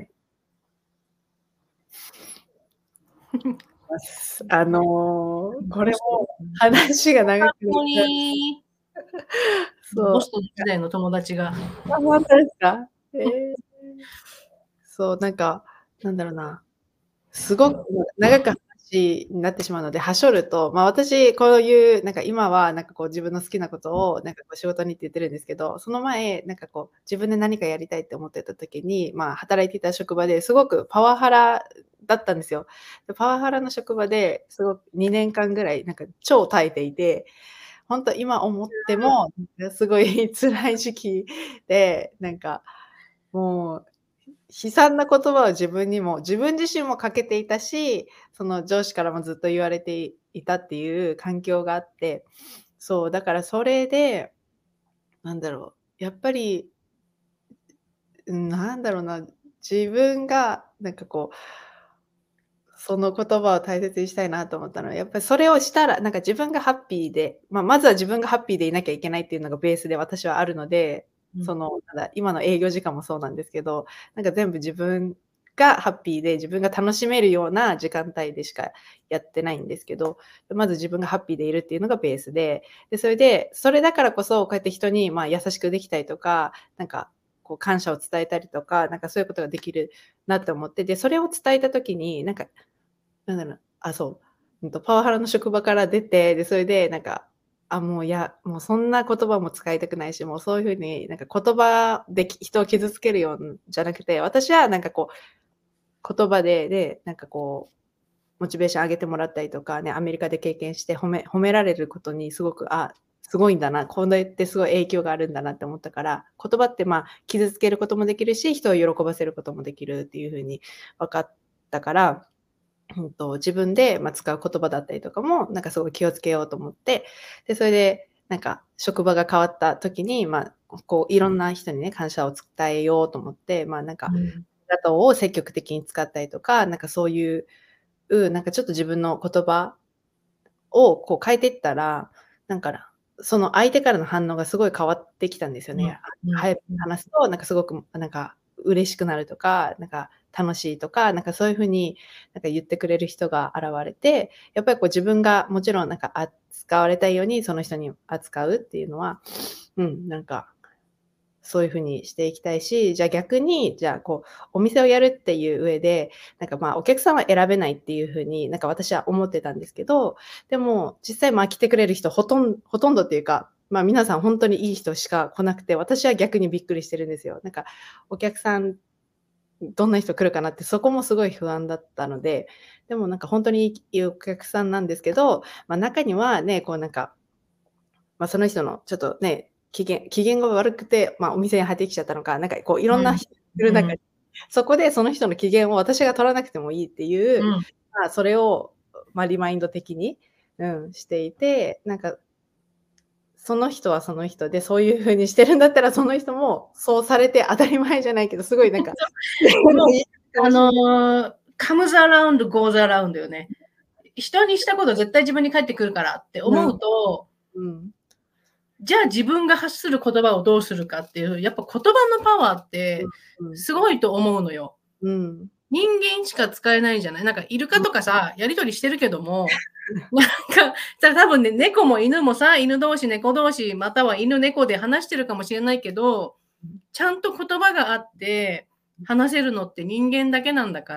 これも話が長くなっほんとちゃう。 に、 そう。 ボストン時代の友達が、 あ、ほんとですか？ええ。そう、なんか、なんだろうな、すごく長く話になってしまうので、はしょると、まあ、私こういうなんか今はなんかこう自分の好きなことをなんかこう仕事にって言ってるんですけど、その前、なんかこう自分で何かやりたいって思ってた時に、まあ、働いていた職場ですごくパワハラだったんですよ。で、パワハラの職場ですごく2年間ぐらいなんか超耐えていて、ほんと今思っても、すごい辛い時期で、なんかもう悲惨な言葉を自分自身もかけていたし、その上司からもずっと言われていたっていう環境があって、そう、だからそれで、なんだろう、やっぱり、うん、なんだろうな、自分がなんかこう、その言葉を大切にしたいなと思ったのは、やっぱりそれをしたら、なんか自分がハッピーで、まあ、まずは自分がハッピーでいなきゃいけないっていうのがベースで私はあるので、 うん、 その、なんだ、今の営業時間もそうなんですけど、なんか全部自分がハッピーで、自分が楽しめるような時間帯でしかやってないんですけど、まず自分がハッピーでいるっていうのがベースで、で、それで、それだからこそ、こうやって人に、まあ、優しくできたりとか、なんか、こう感謝を伝えたりとか、なんかそういうことができるなって思って、で、それを伝えた時に、なんかなんだろう、あ、そう、パワハラの職場から出て、で、それでなんか、あ、もう、いや、もうそんな言葉も使いたくないし、もうそういう風になんか言葉で人を傷つけるようんじゃなくて、私はなんかこう、言葉で、なんかこう、モチベーション上げてもらったりとかね、アメリカで経験して褒められることにすごく、あ、すごいんだな、これってすごい影響があるんだなって思ったから、言葉って、まあ、傷つけることもできるし、人を喜ばせることもできるっていう風に分かったから自分で、ま、使う言葉だったりとかも、なんかすごい気をつけようと思って、で、それで、なんか職場が変わった時に、ま、こういろんな人にね、感謝を伝えようと思って、ま、なんか、あうん、 りがとうを積極的に使ったりとか、なんかそういう、なんかちょっと自分の言葉をこう変えていったら、なんか、その相手からの反応がすごい変わってきたんですよね。 うん、うん、 早くうん。 話すと、なんかすごく、なんか嬉しくなるとか、なんか楽しいとか、なんかそういう風になんか言ってくれる人が現れて、やっぱりこう自分がもちろんなんか扱われたいようにその人に扱うっていうのは、なんかそういう風にしていきたいし、じゃあ逆に、じゃあこう、お店をやるっていう上で、なんかまあ、お客さんは選べないっていう風に、なんか私は思ってたんですけど、でも実際まあ来てくれる人ほとんどっていうか、まあ皆さんほんとにいい人しか来なくて、私は逆にびっくりしてるんですよ。なんかお客さん、どんな人来るかなって、そこもすごい不安だったので、でもなんかほんとにいいお客さんなんですけど、ま、中にはね、こうなんかまあ、その人のちょっとね、機嫌が悪くて、まあ、お店に入ってきちゃったのか、なんかこういろんな人いる中うん、 で、そこでその人の機嫌を私が取らなくてもいいっていう、 うん、 まあ、それを、まあ、リマインド的に、していて、なんかその人はその人で、そういう風にしてるんだったら、その人もそうされて当たり前じゃないけど、すごいなんか、 もう、 かもしれ comes around goes around よね。人にしたこと絶対自分に返ってくるからって思うと、 うん。 じゃあ自分が発する言葉をどうするかっていう、やっぱ言葉のパワーってすごいと思うのよ。 うん。 人間しか使えないじゃない。なんかイルカとかさ、やり取りしてるけども、なんか、多分ね、猫も犬もさ、犬同士、猫同士、または犬猫で話してるかもしれないけど、ちゃんと言葉があって話せるのって人間だけなんだから、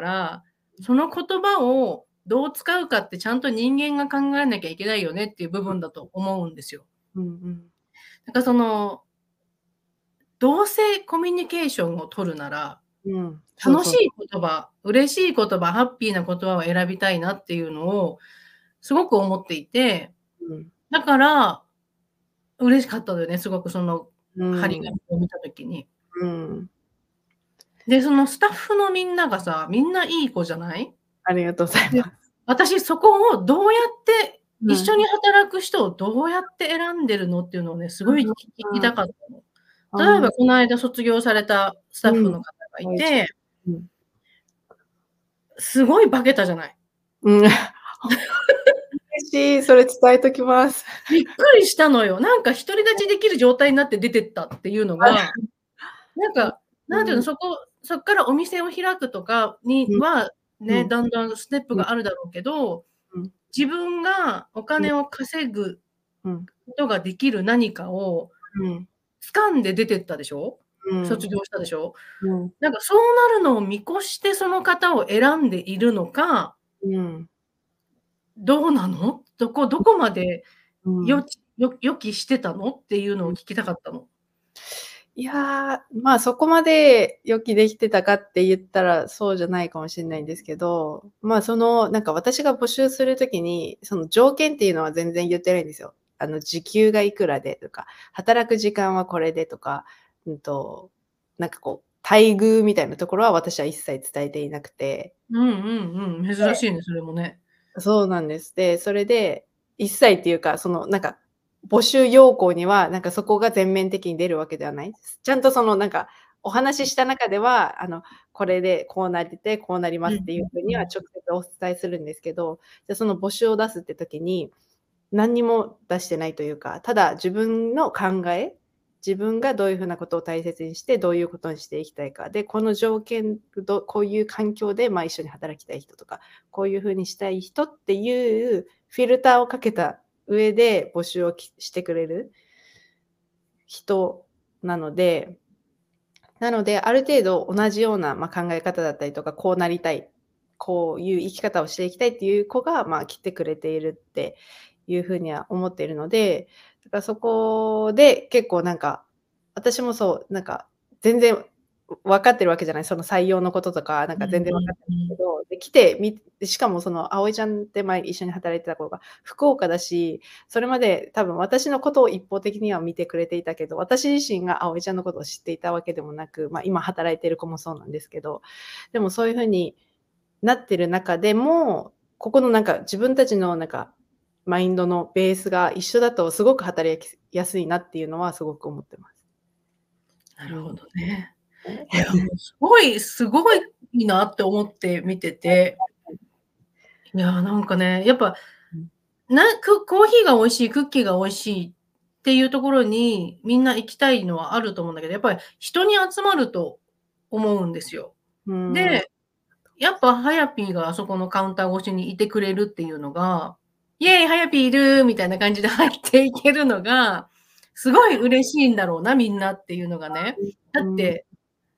その言葉をどう使うかってちゃんと人間が考えなきゃいけないよねっていう部分だと思うんですよ。 うんうん。 だからその、どうせコミュニケーションを取るなら、 うん。そうそう。 楽しい言葉、嬉しい言葉、ハッピーな言葉を選びたいなっていうのをすごく思っていて、 うん。 だから嬉しかったのよね、すごくそのう張りん。 紙を見た時に。 うん。 で、そのスタッフのみんながさ、みんないい子じゃない？ ありがとうございで、 ます。 私そこをどうやってうん。 一緒に働く人をどうやって選んでるのっていうのをね、すごい聞きたかったの。例えああ、 ばこの間卒業されたスタッうん。 フの方がいて、 うん。 すごい化けたじゃない。 うん。嬉しい、それ伝えときます。 びっくりしたのよ。なんか独り立ちできる状態になって出てったっていうのが、なんか、なんていうの、 うん。 そっからお店を開くとかにうん。 は、ね、 うん。 だんだんステップうん。 があるだろうけど、 うん。 自分がおうん。 金を稼ぐうん。 ことができる何かをうん。 掴んで出てったでしょ？ うん。 卒業したでしょ？ うん。 なんかそうなるのを見越してその方を選んでいるのか、 うん。 どうなの？どこまでうん。 予期してたの？っていうのを聞きたかったの。 いや、まあ、そこまで予期できてたかって言ったら、そうじゃないかもしんないんですけど、まあ、その、なんか私が募集する時に、その条件っていうのは全然言ってないんですよ。時給がいくらでとか、働く時間はこれでとか、なんかこう、待遇みたいなところは私は一切伝えていなくて。 うんうんうん、珍しいね、それもね。 そうなんです。で、それで、一切っていうか、そのなんか、募集要項には、なんかそこが全面的に出るわけではない。ちゃんとそのなんか、お話しした中では、これでこうなってて、こうなりうんますっていう風うんうん。 には直接お伝えするんですけど、じゃ、その募集を出すって時に、何にも出してないというか、ただ自分の考え、自分がどういう風なことを大切にして、どういうことにしていきたいか、で、この条件こういう環境で、ま、一緒に働きたい人とか、こういう風にしたい人っていうフィルターをかけた上で募集をしてくれる人なので、ある程度同じような、ま、考え方だったりとか、こうなりたい、こういう生き方をしていきたいっていう子が、まあ、来てくれているっていう風には思っているので、だからそこで結構なんか、私もそう、なんか全然分かってるわけじゃない、その採用のこととか、なんうんか全然分うんかってうん。 ないけど、で、来てしかもその葵ちゃんって前一緒に働いてた子が福岡だし、それまで多分私のことを一方的には見てくれていたけど、私自身が葵ちゃんのことを知っていたわけでもなく、ま、今働いてる子もそうなんですけど、でもそういう風になってる中でも、ここのなんか自分たちのなんか、マインドのベースが一緒だとすごく働きやすいなっていうのはすごく思ってます。 なるほうん。 どね。いや、もうすごいいいなって思って見てて、いや、なんかね、やっぱ、 うん。 コーヒーが美味しい、クッキーが美味しいっていうところに、みんな行きたいのはあると思うんだけど、やっぱり人に集まると思うんですよ。 うーん。 で、やっぱはやぴーがあそこのカウンター越しにいてくれるっていうのが、イエーイ、はやぴーいるみたいな感じで入っていけるのが、すごい嬉しいんだろうな、みんなっていうのがね。だうん、 って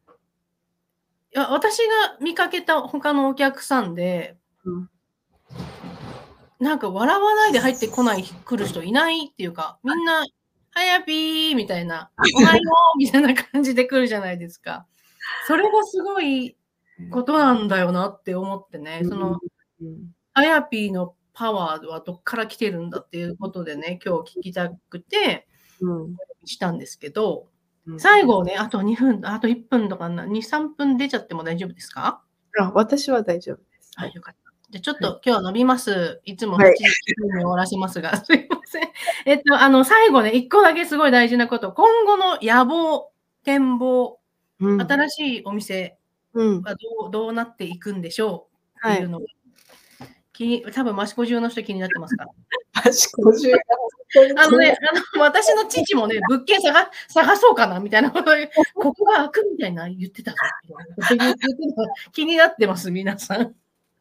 私が見かけた他のお客さんで、 うん。 なんか笑わないで入ってこない来る人いないっていうか、みんな、はやぴーみたいな、おはようみたいな感じで来るじゃないですか。それがすごいことなんだよなって思ってね、 うん、 その、 うん。 はやぴーのパワーはどっから来てるんだっていうことでね、今日聞きたくて、 うん、 したんですけど、 うん。 最後ね、あと2分、あと1分とか2、3分出ちゃっても大丈夫ですか？ あ、私は大丈夫です。はあ、 い。 よかった。 じゃ、ちょっと今日は伸びます。いつもはい。 8時に終わらせますが、すいません。最後ね、1個だけすごい大事なこと、今後の野望、展望、 うん。 新しいお店うん。 はどうなっていくんでしょうってはい。 いうのが、多分益子中の人気になってますから。 益子中がほんとに気にな私の父もね、物件探そうかなみたいなことで、ここが開くみたいな言ってたぞみたいなこと言ってたの気になってます、皆さん。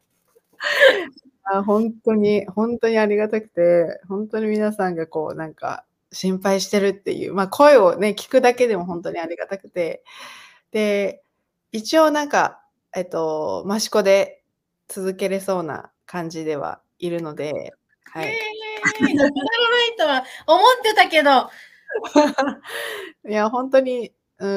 ほんとに、ほんとにありがたくて、ほんとに皆さんがこうなんか心配してるっていう、声をね、聞くだけでもほんとにありがたくて、で、一応なんか、益子で続けれそうな感じではいるので、 イエはい。 ーイ、なくならないとは思ってたけど。 いや、ほんとに、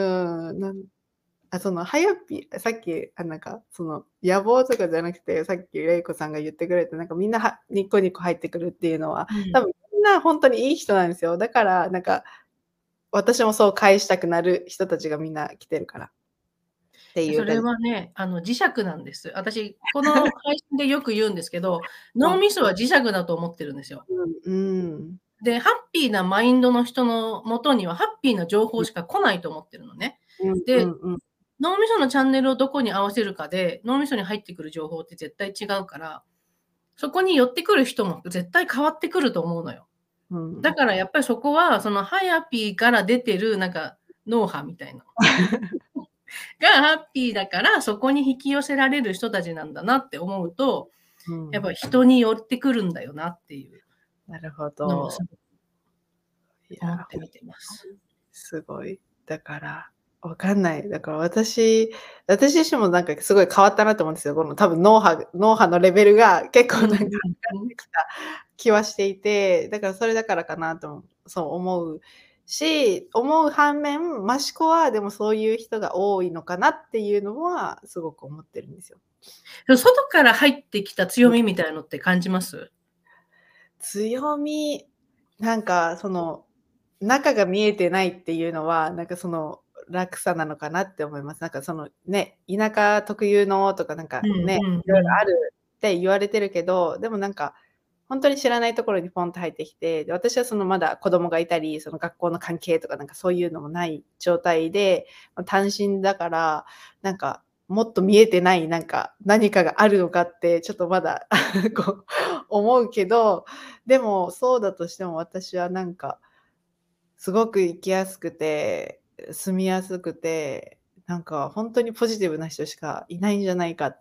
そのはやぴさっき、なんか、その、野望とかじゃなくて、さっきレイコさんが言ってくれて、なんかみんなニコニコ入ってくるっていうのは、 うん。 多分みんなほんとにいい人なんですよ。だから、なんか、私もそう返したくなる人たちがみんな来てるからっていうそれ感じ。 はね、磁石なんです。私、この配信でよく言うんですけど、 うん。 脳みそは磁石だと思ってるんですよ。 うん、うーん。 で、ハッピーなマインドの人のもとには、ハッピーな情うん。 報しか来ないと思ってるのね。 うんうで、 んうん。 脳みそのチャンネルをどこに合わせるかで、脳みそに入ってくる情報って絶対違うから、そこに寄ってくる人も絶対変わってくると思うのよ。 うん。 だからやっぱりそこは、そのハヤピーから出てるなんか脳波みたいながハッピーだから、そこに引き寄せられる人たちなんだなって思うと、 うん。 やっぱり人に寄ってくるんだよなっていうなるほのはすど。 ごくいや、 思って見てます。 すごい。だから、わかんない。だから私自身もなんかすごい変わったなと思うんですよ。この多分脳波のレベルが結構うんうんなんか上がうん。 ってきた気はしていて、だからそれだからかなとそう思うし、思う反面、益子はでもそういう人が多いのかなっていうのはすごく思ってるんですよ。 外から入ってきたうん。 強みみたいのって感じます？ 強み、なんかその、中が見えてないっていうのは、なんかその楽さなのかなって思います。なんかそのね、田舎特有のとかなんかね、 うんうんいろいろうん。 あるって言われてるけど、でもなんか、ほんとに知らないところにポンと入ってきて、で、私はそのまだ子供がいたり、その学校の関係とかなんかそういうのもない状態で、単身だから、なんかもっと見えてないなんか、何かがあるのかってちょっとまだこう思うけど、でも、そうだとしても私はなんか、すごく生きやすくて、住みやすくて、なんかほんとにポジティブな人しかいないんじゃないかって、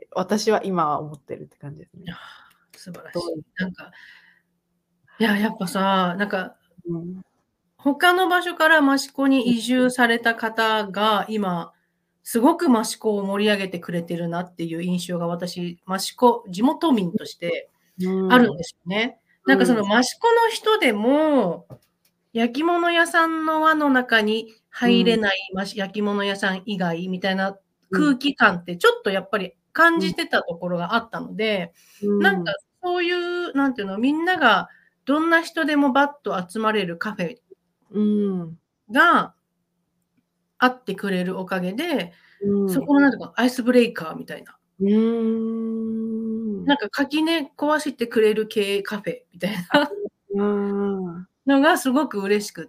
私は今は思ってるって感じですね。 いや、素晴らどうしい。 ですか？ やっぱさ、なんかうん。 他の場所から益子に移住された方が、今、すごく益子を盛り上げてくれてるなっていう印象が私、益子地元民としてうん。 あるんですよね。なんかうん。 その益子の人でも、焼き物屋さんの輪の中にうん。 入れない焼き物屋さん以外みたいなうん。 空気感ってちょっとやっぱり感うん。 じてたところがあったので、 うなんかん。 そういう、なんていうの、みんながどんな人でもバッと集まれるカフェうん。 があってくれるおかげで、 うん。 そこのなんていうか、アイスブレイカーみたいな、 うーん。 なんか垣根壊してくれる系カフェみたいなうーん。 のがすごく嬉しくって、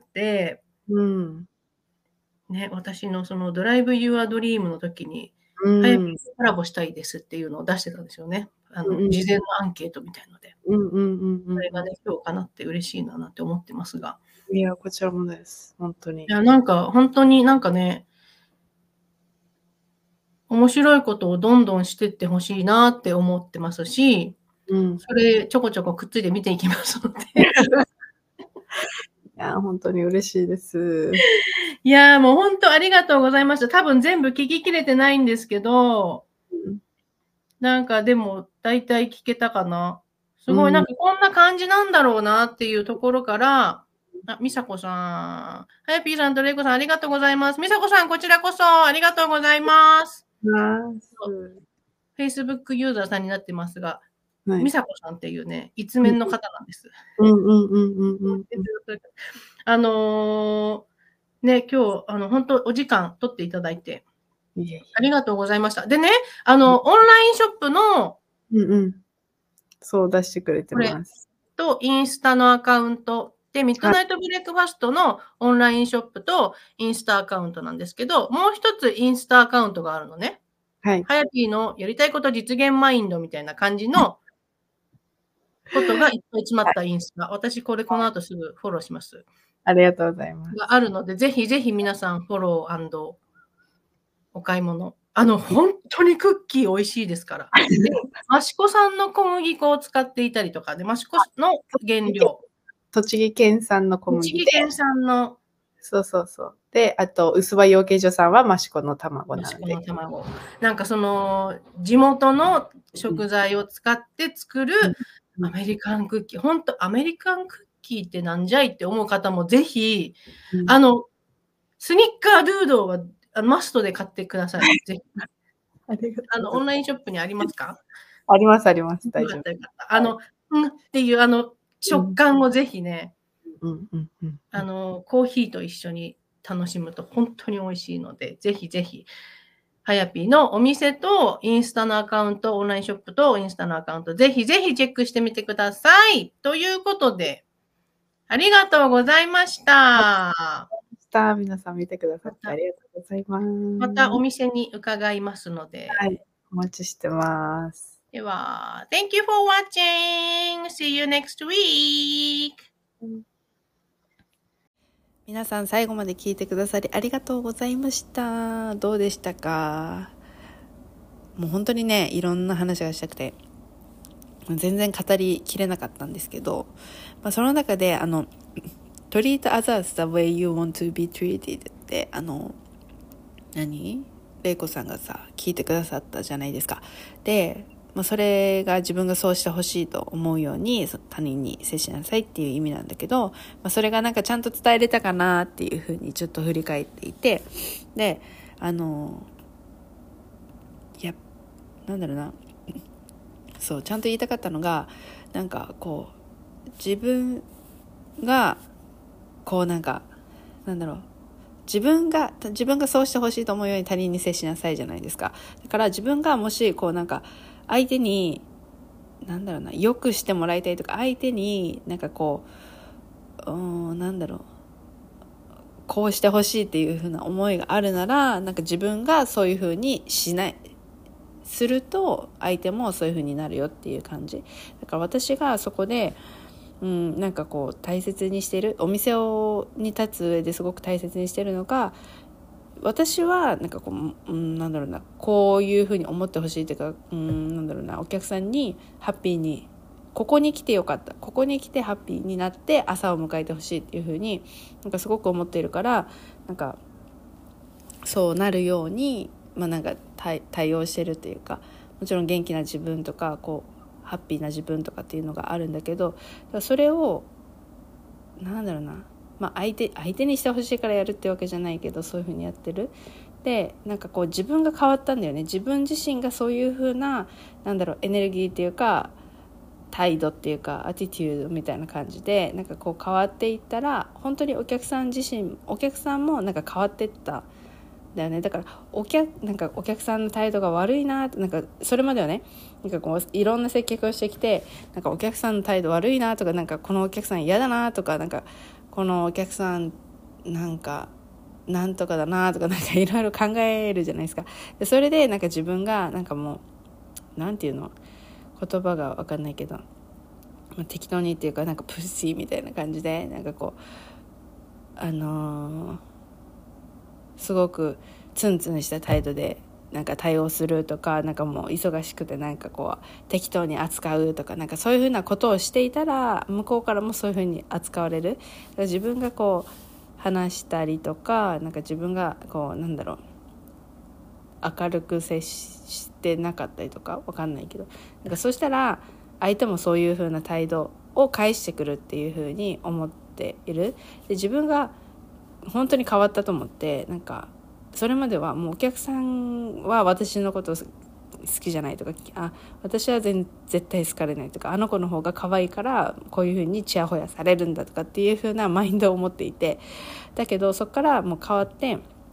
うん。 ね、私のそのドライブユアドリームの時に、 う早くん。 コラボしたいですっていうのを出してたんですよね。 うんうん。 事前のアンケートみたいので。 うんうんうんうんうん。 それがね、今日叶って嬉しいなって思ってますが。 いや、こちらもです。ほんとに。 いや、なんかほんとになんかね、面白いことをどんどんしてって欲しいなって思ってますし、 うん。 それちょこちょこくっついて見ていきますので。 いや、ほんとに嬉しいです。 いや、もうほんとありがとうございました。多分全部聞ききれてないんですけど、 うん。 なんかでも大体聞けたかな。すうん。 ごいなんかこんな感じなんだろうなっていうところから、みさこさん、はやぴーさんとれいこさんありがとうございます。みさこさんこちらこそありがとうございます。 ます。 そう、Facebook ユーザーさんになってますが、 はい。 みさこさんっていうね、一うん面の方なんです。 うんうんうんうんうんうん。 あの、ね、今日ほんとお時間取っていただいていえいえ。 ありがとうございました。でね、 うん。 オンラインショップのうんうん。そう出してくれてこれます。 と、インスタのアカウントで、ミッドはい。 ナイトブレックファストのオンラインショップとインスタアカウントなんですけど、もう一つインスタアカウントがあるのね。 はい。 はやぴーのやりたいこと実現マインドみたいな感じのことがいっぱい詰まはい。 ったインスタ。私これこの後すぐフォローします。 ありがとうございます。 があるので、ぜひぜひ皆さんフォロー&お買い物。本当にクッキー美味しいですから。で、益子産の小麦粉を使っていたりとかで、益子の原料。 栃木県産の小麦で、 栃木県産のそうそうそう。で、あと、薄葉養鶏場さんは益子の卵な益子ので。 の卵。なんかその、地元の食材を使って作るうん。 アメリカンクッキー。ほんとアメリカンクッキーってなんじゃいって思う方もぜひ、 うん。 スニッカードゥードはマストで買ってください。ぜひ。 ありがとうございます。 オンラインショップにありますか？ ありますあります。大よか丈夫。 ったよかった。っていう食感をぜひね、 うんうんうん。 コーヒーと一緒に楽しむと本当に美味しいので、ぜひぜひ、はやぴーのお店とインスタのアカウント、オンラインショップとインスタのアカウント、ぜひぜひチェックしてみてください。ということで、ありがとうございました。 皆さん見てくださってありがとうございます。 またお店に伺いますので。 はい、お待ちしてます。 では、Thank you for watching! See you next week! 皆さん最後まで聞いてくださりありがとうございました。どうでしたか？もう本当にね、いろんな話がしたくて、全然語りきれなかったんですけど、その中でtreat others the way you want to be treated って玲子さんがさ聞いてくださったじゃないですか。で、それが自分がそうしてほしいと思うように他人に接しなさいっていう意味なんだけど、それがなんかちゃんと伝えれたかなっていうふうにちょっと振り返っていて、でいやなんだろうな、そうちゃんと言いたかったのが、なんかこう自分がこうなんだろう、自分がそうしてほしいと思うように他人に接しなさいじゃないですか。だから自分がもしこうなんか相手に良くしてもらいたいとか、相手になんかこうこうしてほしいっていう風な思いがあるなら、なんか自分がそういう風にすると相手もそういう風になるよっていう感じ。だから私がそこでなんかこう大切にしてる、お店に立つ上ですごく大切にしてるのが、私はなんかこう、こういうふうに思ってほしいというか、お客さんにハッピーに、ここに来てよかった、ここに来てハッピーになって朝を迎えてほしいっていうふうになんかすごく思っているから、なんかそうなるように、なんか対応してるっていうか、もちろん元気な自分とかこうハッピーな自分とかっていうのがあるんだけど、それを相手にしてほしいからやるってわけじゃないけど、そういう風にやってる。でなんかこう自分が変わったんだよね。自分自身がそういう風なエネルギーっていうか態度っていうかアティテュードみたいな感じでなんかこう変わっていったら、本当にお客さんもなんか変わっていっただよね。だからお客さんの態度が悪いなって、なんかそれまではね、なんかこういろんな接客をしてきて、なんかお客さんの態度悪いなとか、なんかこのお客さん嫌だなとか、なんかこのお客さんなんとかだなとか、なんかいろいろ考えるじゃないですか。でそれでなんか自分がなんかもうなんていうの、言葉が分かんないけど、適当にっていうか、なんかプッシーみたいな感じでなんかこうすごくツンツンした態度でなんか対応するとか、なんかもう忙しくてなんかこう適当に扱うとか、なんかそういうふうなことをしていたら向こうからもそういうふうに扱われる。だから自分がこう話したりとか、なんか自分がこう明るく接してなかったりとかわかんないけど、なんかそうしたら相手もそういうふうな態度を返してくるっていうふうに思っている。で自分が本当に変わったと思って、なんかそれまではもうお客さんは私のこと好きじゃないとか、私は絶対好かれないとか、あの子の方が可愛いからこういう風にチヤホヤされるんだとかっていう風なマインドを持っていて、だけどそこからもう変わって、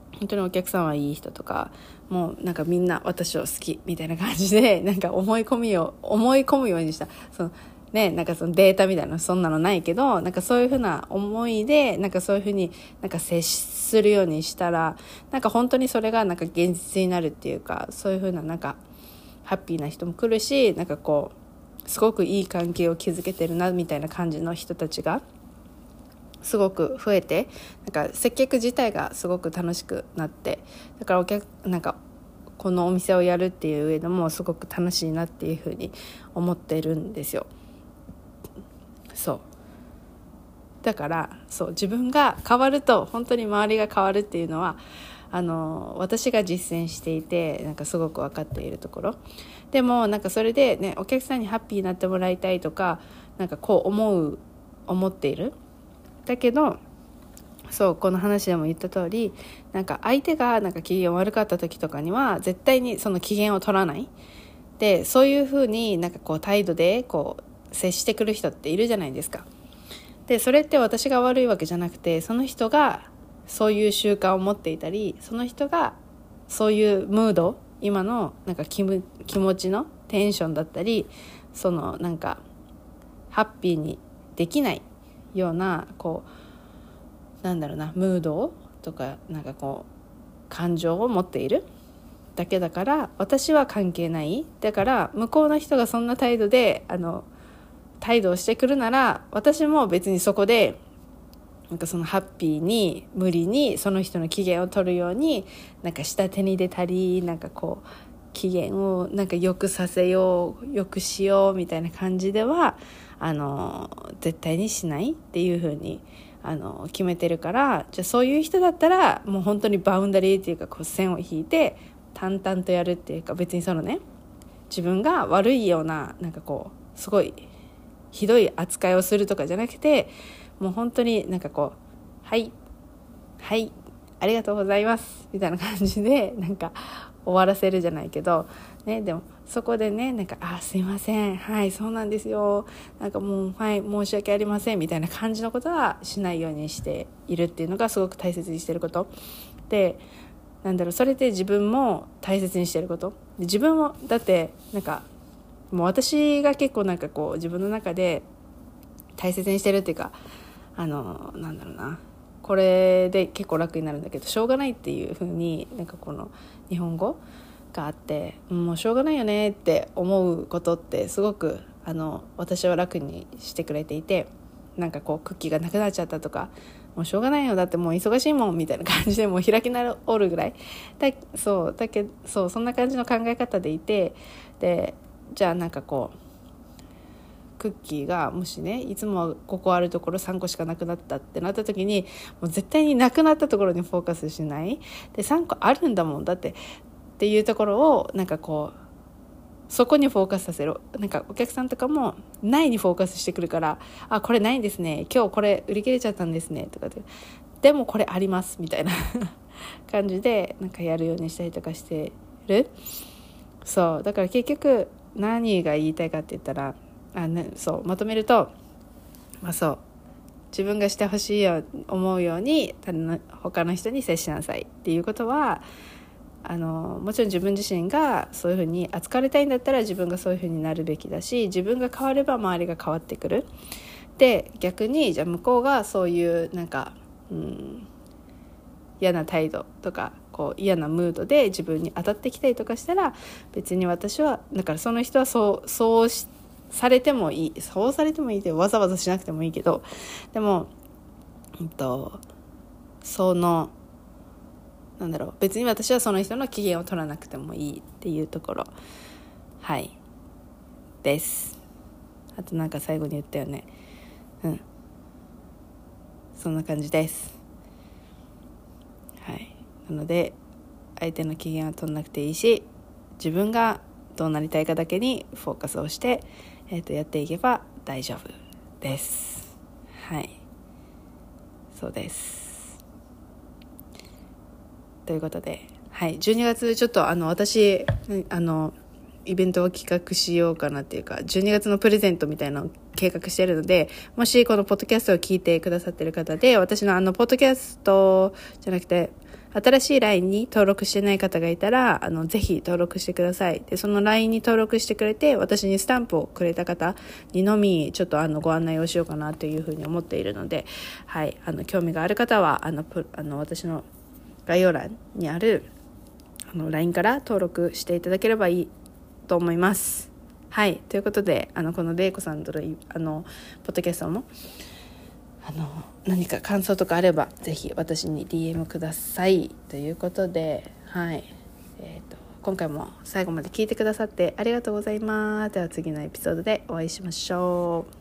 本当にお客さんはいい人とか、もうなんかみんな私を好きみたいな感じで、なんか思い込むようにした、そのね、なんかそのデータみたいなそんなのないけど、なんかそういうふうな思いで、なんかそういうふうになんか接するようにしたら、なんか本当にそれがなんか現実になるっていうか、そういうふうななんかハッピーな人も来るし、なんかこうすごくいい関係を築けてるなみたいな感じの人たちがすごく増えて、なんか接客自体がすごく楽しくなって、だからなんかこのお店をやるっていう上でもすごく楽しいなっていうふうに思ってるんですよ。そうだから自分が変わると本当に周りが変わるっていうのは私が実践していて、なんかすごく分かっているところでも、なんかそれでね、お客さんにハッピーになってもらいたいとか、なんかこう思っている。だけどこの話でも言った通り、なんか相手がなんか機嫌悪かった時とかには絶対にその機嫌を取らないで、そういう風になんかこう態度でこう接してくる人っているじゃないですか。でそれって私が悪いわけじゃなくて、その人がそういう習慣を持っていたり、その人がそういうムード、今のなんか気持ちのテンションだったり、そのなんかハッピーにできないようなこうなんだろうな、ムードとかなんかこう感情を持っているだけだから、私は関係ない。だから向こうの人がそんな態度で態度をしてくるなら、私も別にそこでなんかそのハッピーに無理にその人の機嫌を取るようになんか下手に出たり、なんかこう機嫌をなんか良くさせよう、良くしようみたいな感じでは絶対にしないっていう風に決めてるから、じゃあそういう人だったらもう本当にバウンダリーっていうかこう線を引いて淡々とやるっていうか、別にそのね、自分が悪いようななんかこうすごいひどい扱いをするとかじゃなくて、もう本当になんかこうはいはいありがとうございますみたいな感じでなんか終わらせるじゃないけどね。でもそこでね、なんかすいません、はいそうなんですよ、なんかもうはい申し訳ありませんみたいな感じのことはしないようにしているっていうのがすごく大切にしてることで、なんだろう、それで自分も大切にしてることで、自分もだってなんかもう私が結構なんかこう自分の中で大切にしてるっていうか、なんだろうな、これで結構楽になるんだけど、しょうがないっていう風になんかこの日本語があって、もうしょうがないよねって思うことってすごく私は楽にしてくれていて、なんかこうクッキーがなくなっちゃったとか、もうしょうがないよ、だってもう忙しいもんみたいな感じでもう開き直るぐらいそんな感じの考え方でいて、でじゃあなんかこうクッキーがもしね、いつも5個あるところ3個しかなくなったってなった時に、もう絶対になくなったところにフォーカスしないで、3個あるんだもんだってっていうところをなんかこうそこにフォーカスさせる。なんかお客さんとかもないにフォーカスしてくるから、これないんですね、今日これ売り切れちゃったんですねとかでもこれありますみたいな感じでなんかやるようにしたりとかしてる。だから結局何が言いたいかって言ったらまとめると、自分がしてほしいよ思うように他の人に接しなさいっていうことは、もちろん自分自身がそういうふうに扱われたいんだったら自分がそういうふうになるべきだし、自分が変われば周りが変わってくる。で逆にじゃあ向こうがそういうなんか、嫌な態度とかこう嫌なムードで自分に当たってきたりとかしたら、別に私はだからその人はそうされてもいいってわざわざしなくてもいいけど、でもなんだろう、別に私はその人の機嫌を取らなくてもいいっていうところです。あとなんか最後に言ったよね。そんな感じです。なので相手の機嫌は取らなくていいし、自分がどうなりたいかだけにフォーカスをして、やっていけば大丈夫です。そうです。ということで、12月ちょっと私イベントを企画しようかなっていうか、12月のプレゼントみたいなのを計画しているので、もしこのポッドキャストを聞いてくださっている方で、私のポッドキャストじゃなくて、新しい LINE に登録してない方がいたら、ぜひ登録してください。で、その LINE に登録してくれて、私にスタンプをくれた方にのみ、ちょっとご案内をしようかなというふうに思っているので、はい、興味がある方は、私の概要欄にある、LINE から登録していただければいいと思います。はい、ということで、このレイコさんとの、ポッドキャストも、何か感想とかあればぜひ私に DM くださいということで、はい、今回も最後まで聞いてくださってありがとうございます。では次のエピソードでお会いしましょう。